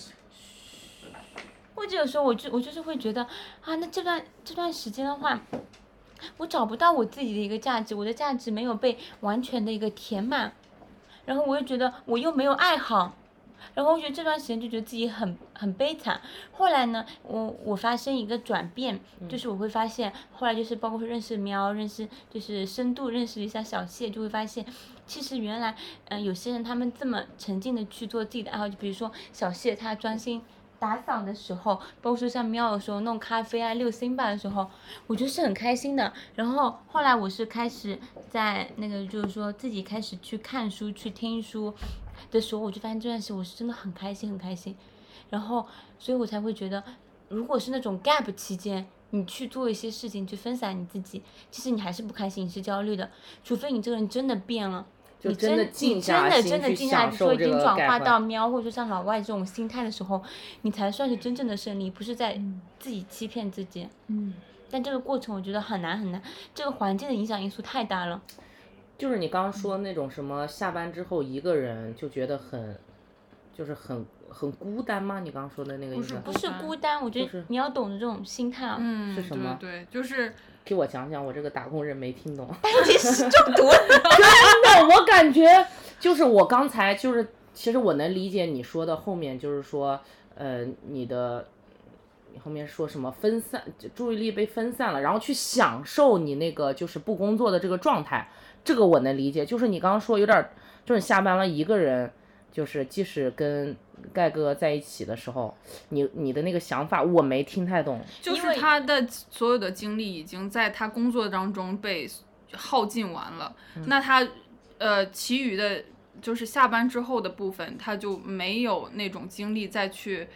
有时候我就是会觉得啊，那这段时间的话，我找不到我自己的一个价值，我的价值没有被完全的一个填满，然后我又觉得我又没有爱好。然后我觉得这段时间就觉得自己很悲惨。后来呢，我发生一个转变，就是我会发现，后来就是包括认识喵，就是深度认识一下小谢，就会发现，其实原来有些人他们这么沉浸的去做自己的爱好，就比如说小谢他专心打扫的时候，包括说像喵有时候弄咖啡啊、遛辛巴的时候，我觉得是很开心的。然后后来我是开始在那个就是说自己开始去看书、去听书的时候，我就发现这段时间我是真的很开心，很开心。然后所以我才会觉得，如果是那种 gap 期间，你去做一些事情，去分散你自己，其实你还是不开心，你是焦虑的，除非你这个人真的变了。 就真的静下心去静下来，说已享受这个经转化 gap 到喵或者说像老外这种心态的时候，你才算是真正的胜利，不是在自己欺骗自己。但这个过程我觉得很难很难，这个环境的影响因素太大了。 就是你刚刚说那种什么下班之后一个人就觉得就是很孤单吗？你刚刚说的那个意思？ 不是孤单，我觉得你要懂得这种心态啊。 是什么？ 对，就是给我讲讲，我这个打工人没听懂。 你是中毒了。 真的，我感觉就是我刚才就是，其实我能理解你说的后面就是说，你后面说什么分散，注意力被分散了，然后去享受你那个就是不工作的这个状态，这个我能理解。就是你刚刚说有点，就是下班了一个人，就是即使跟盖哥在一起的时候，你的那个想法我没听太懂。 就是他的所有的精力已经在他工作当中被耗尽完了，那他其余的就是下班之后的部分，他就没有那种精力再去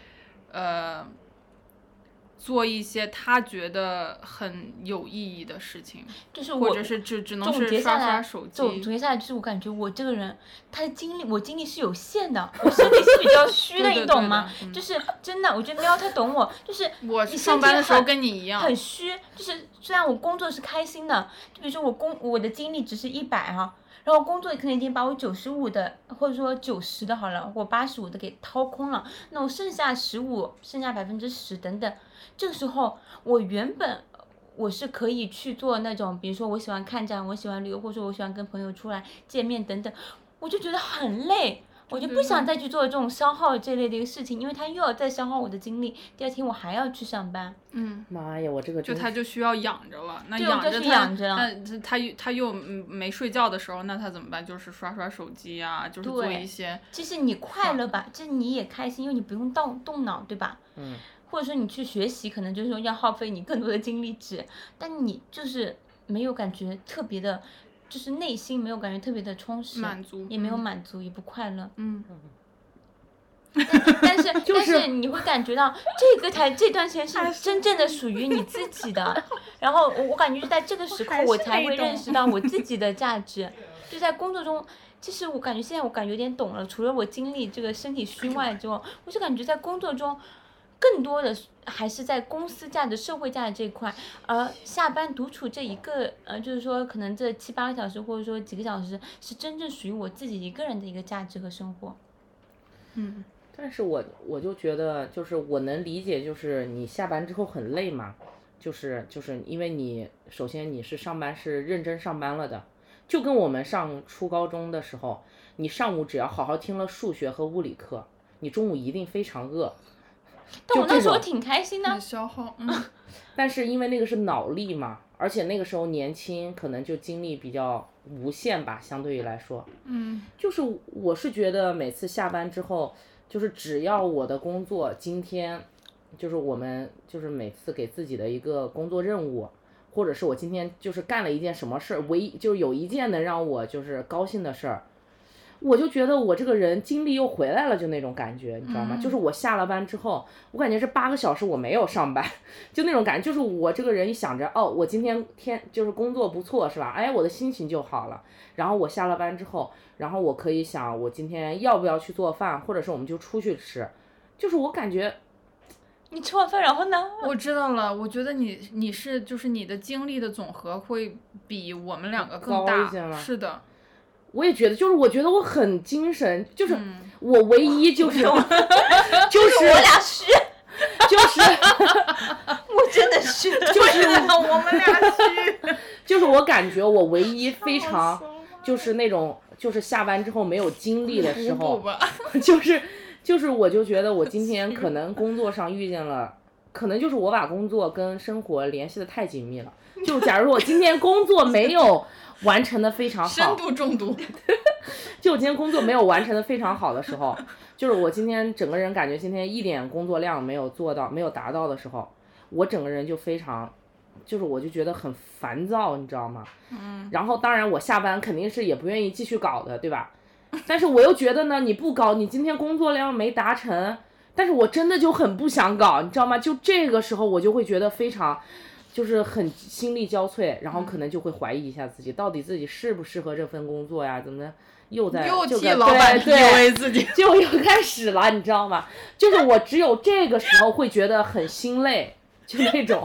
做一些他觉得很有意义的事情， 就是或者是只能是刷刷手机。 总结下来就是我感觉我这个人，他的精力，我精力是有限的，我身体是比较虚的，你懂吗？就是真的，我觉得喵他懂我，就是我上班的时候跟你一样， 很虚。就是虽然我工作是开心的，就比如说我的精力只是100哈。然后工作可能已经把我95的，或者说90的好了，或85的给掏空了，那我剩下15%，剩下10%等等。这个时候，原本我是可以去做那种，比如说我喜欢看展，我喜欢旅游，或者说我喜欢跟朋友出来见面等等，我就觉得很累。我就不想再去做这种消耗这类的一个事情，因为他又要再消耗我的精力，第二天我还要去上班。 妈呀，我这个他就需要养着了，那养着他又没睡觉的时候，那他怎么办？就是刷刷手机啊，就是做一些。 其实你快乐吧，这你也开心，因为你不用动脑，对吧？或者说你去学习，可能就是说要耗费你更多的精力值，但你就是没有感觉特别的。就是内心没有感觉特别的充实， 满足也没有满足，也不快乐。但是你会感觉到这段时间是真正的属于你自己的。然后我感觉就在这个时刻，我才会认识到我自己的价值。就在工作中，其实我感觉现在我感觉有点懂了。除了我经历这个身体虚外之后，我就感觉在工作中。更多的还是在公司价值、社会价值这一块，而下班独处这一个就是说可能这7、8个小时，或者说几个小时，是真正属于我自己一个人的一个价值和生活。 但是我就觉得，就是我能理解，就是你下班之后很累嘛，就是因为你首先你是上班是认真上班了的，就跟我们上初高中的时候，你上午只要好好听了数学和物理课，你中午一定非常饿。 但我那时候挺开心的， 很消耗。 但是因为那个是脑力嘛，而且那个时候年轻，可能就精力比较无限吧，相对于来说。就是我是觉得每次下班之后，就是只要我的工作今天，就是我们就是每次给自己的一个工作任务，或者是我今天就是干了一件什么事儿，唯一就是有一件能让我就是高兴的事儿。我就觉得我这个人精力又回来了，就那种感觉，你知道吗？就是我下了班之后，我感觉这8个小时我没有上班，就那种感觉，就是我这个人一想着，哦，我今天就是工作不错，是吧？哎，我的心情就好了。然后我下了班之后，然后我可以想，我今天要不要去做饭，或者是我们就出去吃，就是我感觉你吃完饭然后呢？ 我知道了，我觉得你是就是你的经历的总和会比我们两个更高大一些吗， 是的， 我也觉得，就是我觉得我很精神，就是我唯一就是我俩虚， 就是我真的虚， 就是我们俩虚， 就是我感觉我唯一非常就是那种就是下班之后没有精力的时候，就是我就觉得我今天可能工作上遇见了，可能就是我把工作跟生活联系的太紧密了。就是假如说我今天工作没有完成的非常好， 深度中毒， 就我今天工作没有完成的非常好的时候，就是我今天整个人感觉今天一点工作量没有做到，没有达到的时候，我整个人就非常，就是我就觉得很烦躁，你知道吗？然后当然我下班肯定是也不愿意继续搞的，对吧？但是我又觉得呢，你不搞，你今天工作量没达成，但是我真的就很不想搞，你知道吗？就这个时候我就会觉得非常，就是很心力交瘁，然后可能就会怀疑一下自己，到底自己适不适合这份工作呀？怎么又替老板 PUA 自己， 就又开始了，你知道吗？就是我只有这个时候会觉得很心累，就那种。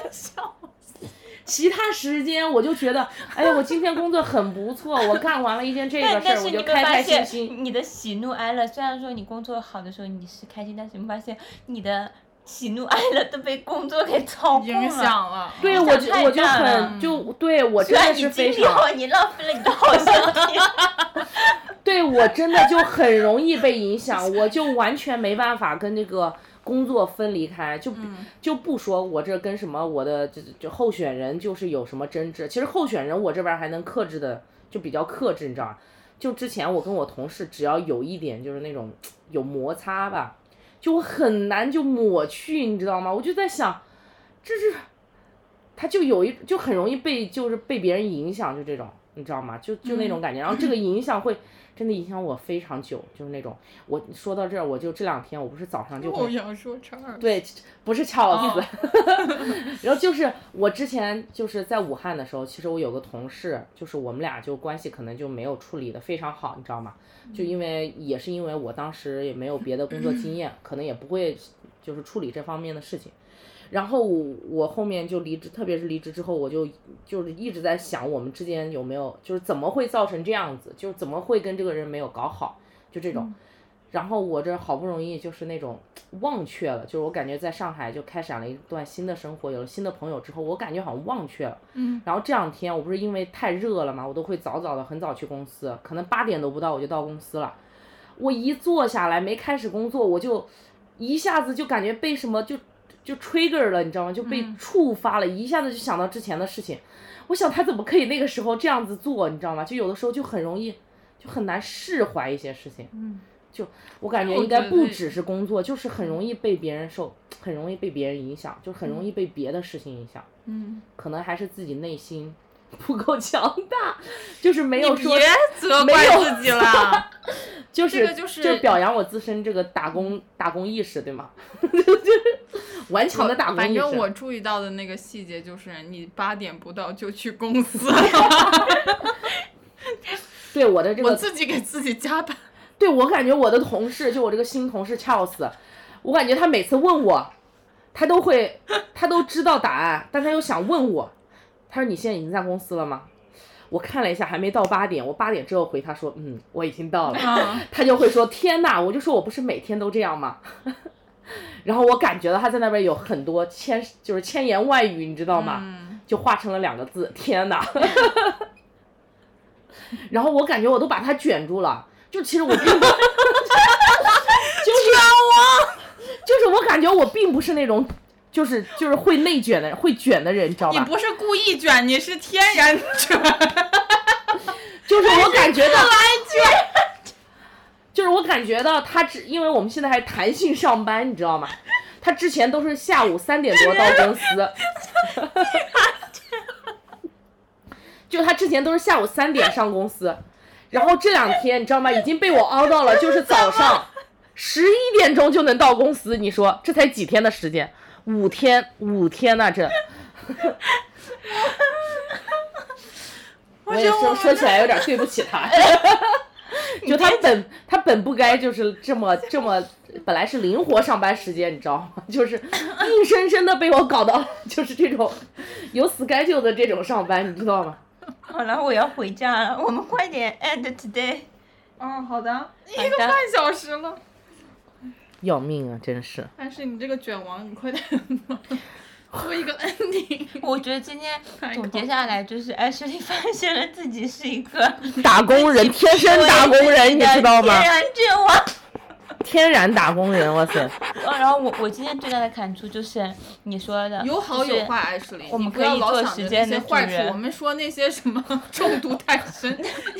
其他时间我就觉得，哎呀，我今天工作很不错，我干完了一件这个事儿，我就开开心心。 你的喜怒哀乐，虽然说你工作好的时候你是开心，但是你发现你的喜怒哀乐都被工作给操控影响了。 对，我就很对我真的是非常， 你浪费了你的好身体。 对我真的就很容易被影响，我就完全没办法跟这个工作分离开，就不说我这跟什么我的就候选人就是有什么争执，其实候选人我这边还能克制的，就比较克制，你知道吗？就之前我跟我同事只要有一点就是那种有摩擦吧，就很难就抹去，你知道吗？我就在想，这是他就很容易被别人影响，就这种，你知道吗？就那种感觉，然后这个影响会真的影响我非常久，就是那种我说到这儿，我就这2天我不是早上就会对，不是翘死，然后就是我之前就是在武汉的时候，其实我有个同事，就是我们俩就关系可能就没有处理的非常好，你知道吗？就也是因为我当时也没有别的工作经验，可能也不会就是处理这方面的事情。然后我后面就离职，特别是离职之后，我就是一直在想我们之间有没有，就是怎么会造成这样子，就是怎么会跟这个人没有搞好，就这种。然后我这好不容易就是那种忘却了，就是我感觉在上海就开展了一段新的生活，有了新的朋友之后，我感觉好像忘却了。然后这2天我不是因为太热了嘛，我都会很早去公司，可能8点都不到我就到公司了。我一坐下来没开始工作，我就一下子就感觉被什么就 trigger 了，你知道吗？就被触发了，一下子就想到之前的事情。我想他怎么可以那个时候这样子做，你知道吗？就有的时候就很容易，就很难释怀一些事情。就我感觉应该不只是工作，就是很容易被别人很容易被别人影响，就很容易被别的事情影响。可能还是自己内心不够强大，就是没有说别责怪自己了。 就是表扬我自身这个打工意识，对吗？就是顽强的打工意识。 反正我注意到的那个细节就是你8点不到就去公司。 对我的这个， 我自己给自己加班。 对，我感觉我的同事，就我这个新同事 Charles， 我感觉他每次问我，他都知道答案，但他又想问我，他说你现在已经在公司了吗？我看了一下，还没到8点，我8点之后回他说，我已经到了。他就会说，天哪，我就说我不是每天都这样吗？然后我感觉到他在那边有很多就是千言万语，你知道吗？就化成了2个字，天哪。然后我感觉我都把他卷住了，就其实我并不就是我感觉我并不是那种就是会内卷的会卷的人，你知道吧？ 你不是故意卷，你是天然卷。 就是我感觉到就是我感觉到他因为我们现在还弹性上班，你知道吗？他之前都是下午3点多到公司。就他之前都是下午3点上公司，然后这2天你知道吗？已经被我熬到了，就是早上11点钟就能到公司。你说这才几天的时间？5天呢，这。我也说起来有点对不起他。 就他本不该就是这么本来是灵活上班时间，你知道吗？就是硬生生的被我搞到就是这种有 schedule 的这种上班，你知道吗？ 好了，我要回家了，我们快点 end today。 好的，1个半小时了。 要命啊，真是！ 但是你这个卷王，你快点做一个 ending。 我觉得今天总结下来就是Ashley 发现了自己是一个打工人，天生打工人，你知道吗？ 天然卷王。 天然打工人，哇塞！ 然后我今天最大的感触就是你说的， 有好有坏，Ashley， 我们不要老想着那些坏处。我们说那些什么中毒太深。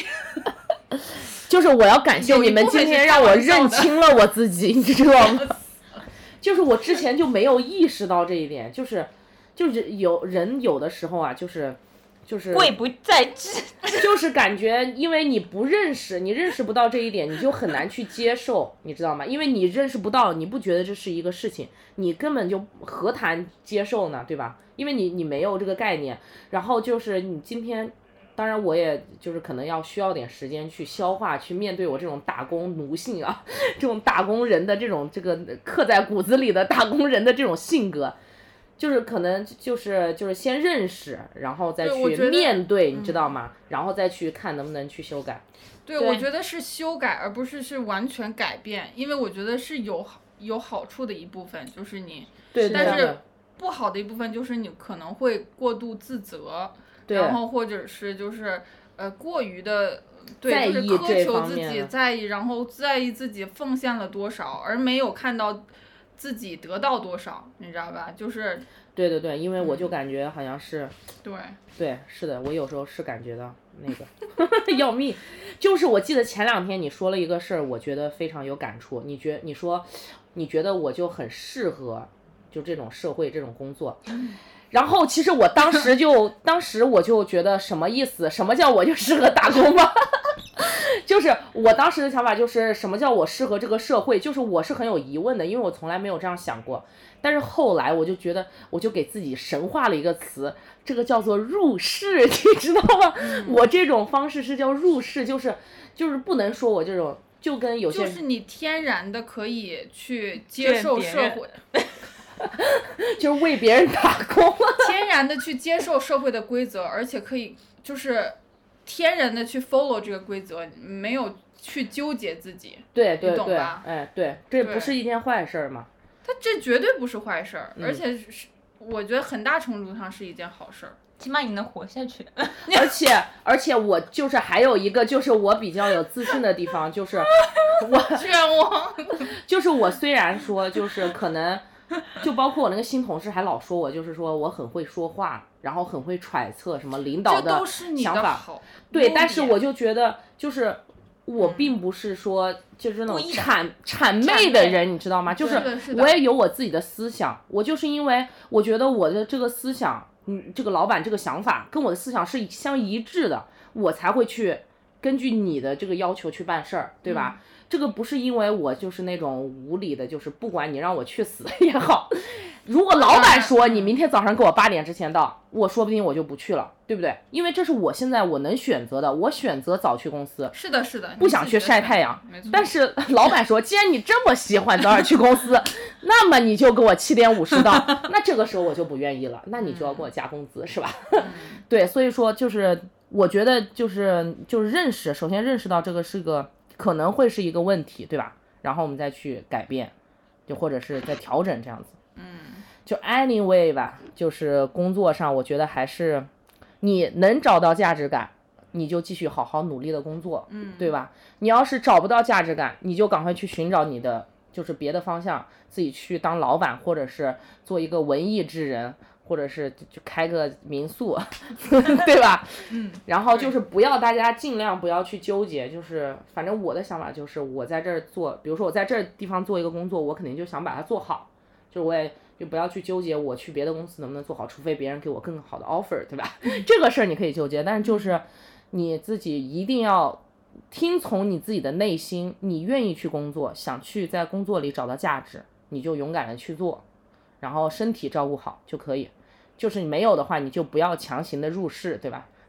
就是我要感谢你们今天让我认清了我自己，你知道吗？就是我之前就没有意识到这一点，就是有人有的时候啊，就是贵不在知， 就是感觉因为你不认识，你认识不到这一点，你就很难去接受，你知道吗？因为你认识不到，你不觉得这是一个事情，你根本就何谈接受呢，对吧？因为你没有这个概念，然后就是你今天。当然，我也就是可能需要点时间去消化，去面对我这种打工奴性啊，这种打工人的这个刻在骨子里的打工人的这种性格，就是可能就是先认识，然后再去面对，你知道吗？然后再去看能不能去修改。 对，我觉得是修改，而不是完全改变，因为我觉得是有好处的一部分，就是你， 对， 但是不好的一部分就是你可能会过度自责。然后或者是就是过于的对，就是苛求自己在意，然后在意自己奉献了多少，而没有看到自己得到多少，你知道吧？就是对，因为我就感觉好像是对， 是的，我有时候是感觉到那个要命。就是我记得前2天你说了一个事儿，我觉得非常有感触。你说你觉得我就很适合就这种社会这种工作。然后其实我当时我就觉得什么意思？什么叫我就适合打工吗？就是我当时的想法就是什么叫我适合这个社会？就是我是很有疑问的，因为我从来没有这样想过。但是后来我就觉得，我就给自己神化了一个词，这个叫做入世，你知道吗？我这种方式是叫入世，就是不能说我这种就跟有些就是你天然的可以去接受社会。 就是为别人打工， 天然的去接受社会的规则，而且可以就是天然的去 follow 这个规则，没有去纠结自己。 对， 你懂吧？ 哎，对，这不是一件坏事吗？ 它这绝对不是坏事，而且是我觉得很大程度上是一件好事。 起码你能活下去。 而且我就是还有一个就是我比较有自信的地方，就是就是我虽然说就是可能。就包括我那个新同事还老说我，就是说我很会说话，然后很会揣测什么领导的想法。对，但是我就觉得，就是我并不是说就是那种谄媚的人，你知道吗？就是我也有我自己的思想，我就是因为我觉得我的这个思想，这个老板这个想法跟我的思想是相一致的，我才会去根据你的这个要求去办事儿，对吧？这个不是因为我就是那种无理的，就是不管你让我去死也好，如果老板说你明天早上给我8点之前到，我说不定我就不去了，对不对？因为这是我现在我能选择的，我选择早去公司， 是的， 不想去晒太阳。但是老板说，既然你这么喜欢早点去公司，那么你就给我7点50到，那这个时候我就不愿意了，那你就要给我加工资，是吧？对，所以说就是我觉得就是首先认识到这个是个。可能会是一个问题，对吧？然后我们再去改变，就或者是再调整这样子。就 anyway 吧，就是工作上，我觉得还是你能找到价值感，你就继续好好努力的工作，对吧？你要是找不到价值感，你就赶快去寻找你的就是别的方向，自己去当老板，或者是做一个文艺之人。或者是就开个民宿对吧？然后就是大家尽量不要去纠结，就是反正我的想法就是我在这儿做，比如说我在这地方做一个工作，我肯定就想把它做好，就是我也就不要去纠结我去别的公司能不能做好，除非别人给我更好的 offer， 对吧？这个事儿你可以纠结，但是就是你自己一定要听从你自己的内心，你愿意去工作，想去在工作里找到价值，你就勇敢的去做，然后身体照顾好就可以。就是你没有的话，你就不要强行的入世，对吧？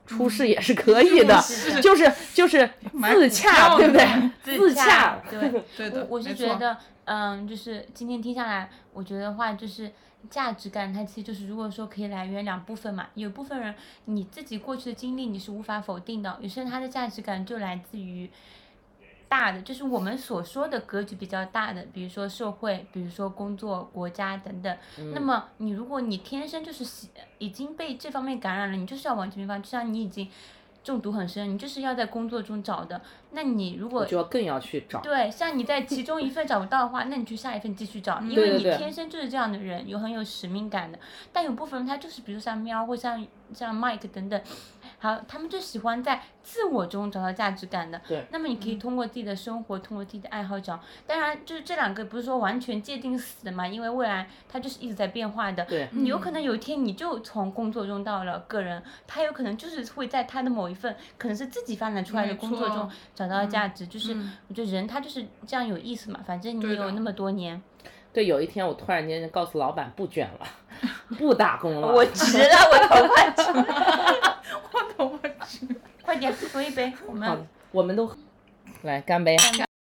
出世也是可以的，就是自洽，对不对？自洽， 对对的， 我是没错觉得，就是今天听下来，我觉得话就是价值感，它其实就是如果说可以来源两部分嘛，有部分人你自己过去的经历你是无法否定的，有些人他的价值感就来自于大的，就是我们所说的格局比较大的，比如说社会，比如说工作、国家等等。那么如果你天生就是已经被这方面感染了，你就是要往这边方，就像你已经中毒很深，你就是要在工作中找的。那你如果就要更要去找。 对，像你在其中一份找不到的话，那你去下一份继续找，因对对对为你天生就是这样的人，很有使命感的。但有部分人他就是，比如像喵或像Mike 等等，好，他们就喜欢在自我中找到价值感的。 对。 那么你可以通过自己的生活，通过自己的爱好找。当然，就是这两个不是说完全界定死的嘛，因为未来它就是一直在变化的。 对。 你有可能有一天你就从工作中到了个人，他有可能就是会在他的某一份可能是自己发展出来的工作中找到价值，就是我觉得人他就是这样有意思嘛，反正你有那么多年。 对，有一天我突然间告诉老板不卷了，不打工了。 我直了，我头发直了， 我头发直。 快点喝一杯， 我们都来干杯。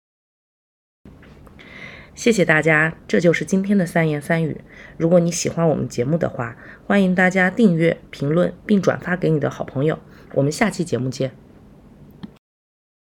谢谢大家，这就是今天的三言三语。如果你喜欢我们节目的话，欢迎大家订阅、评论并转发给你的好朋友。我们下期节目见。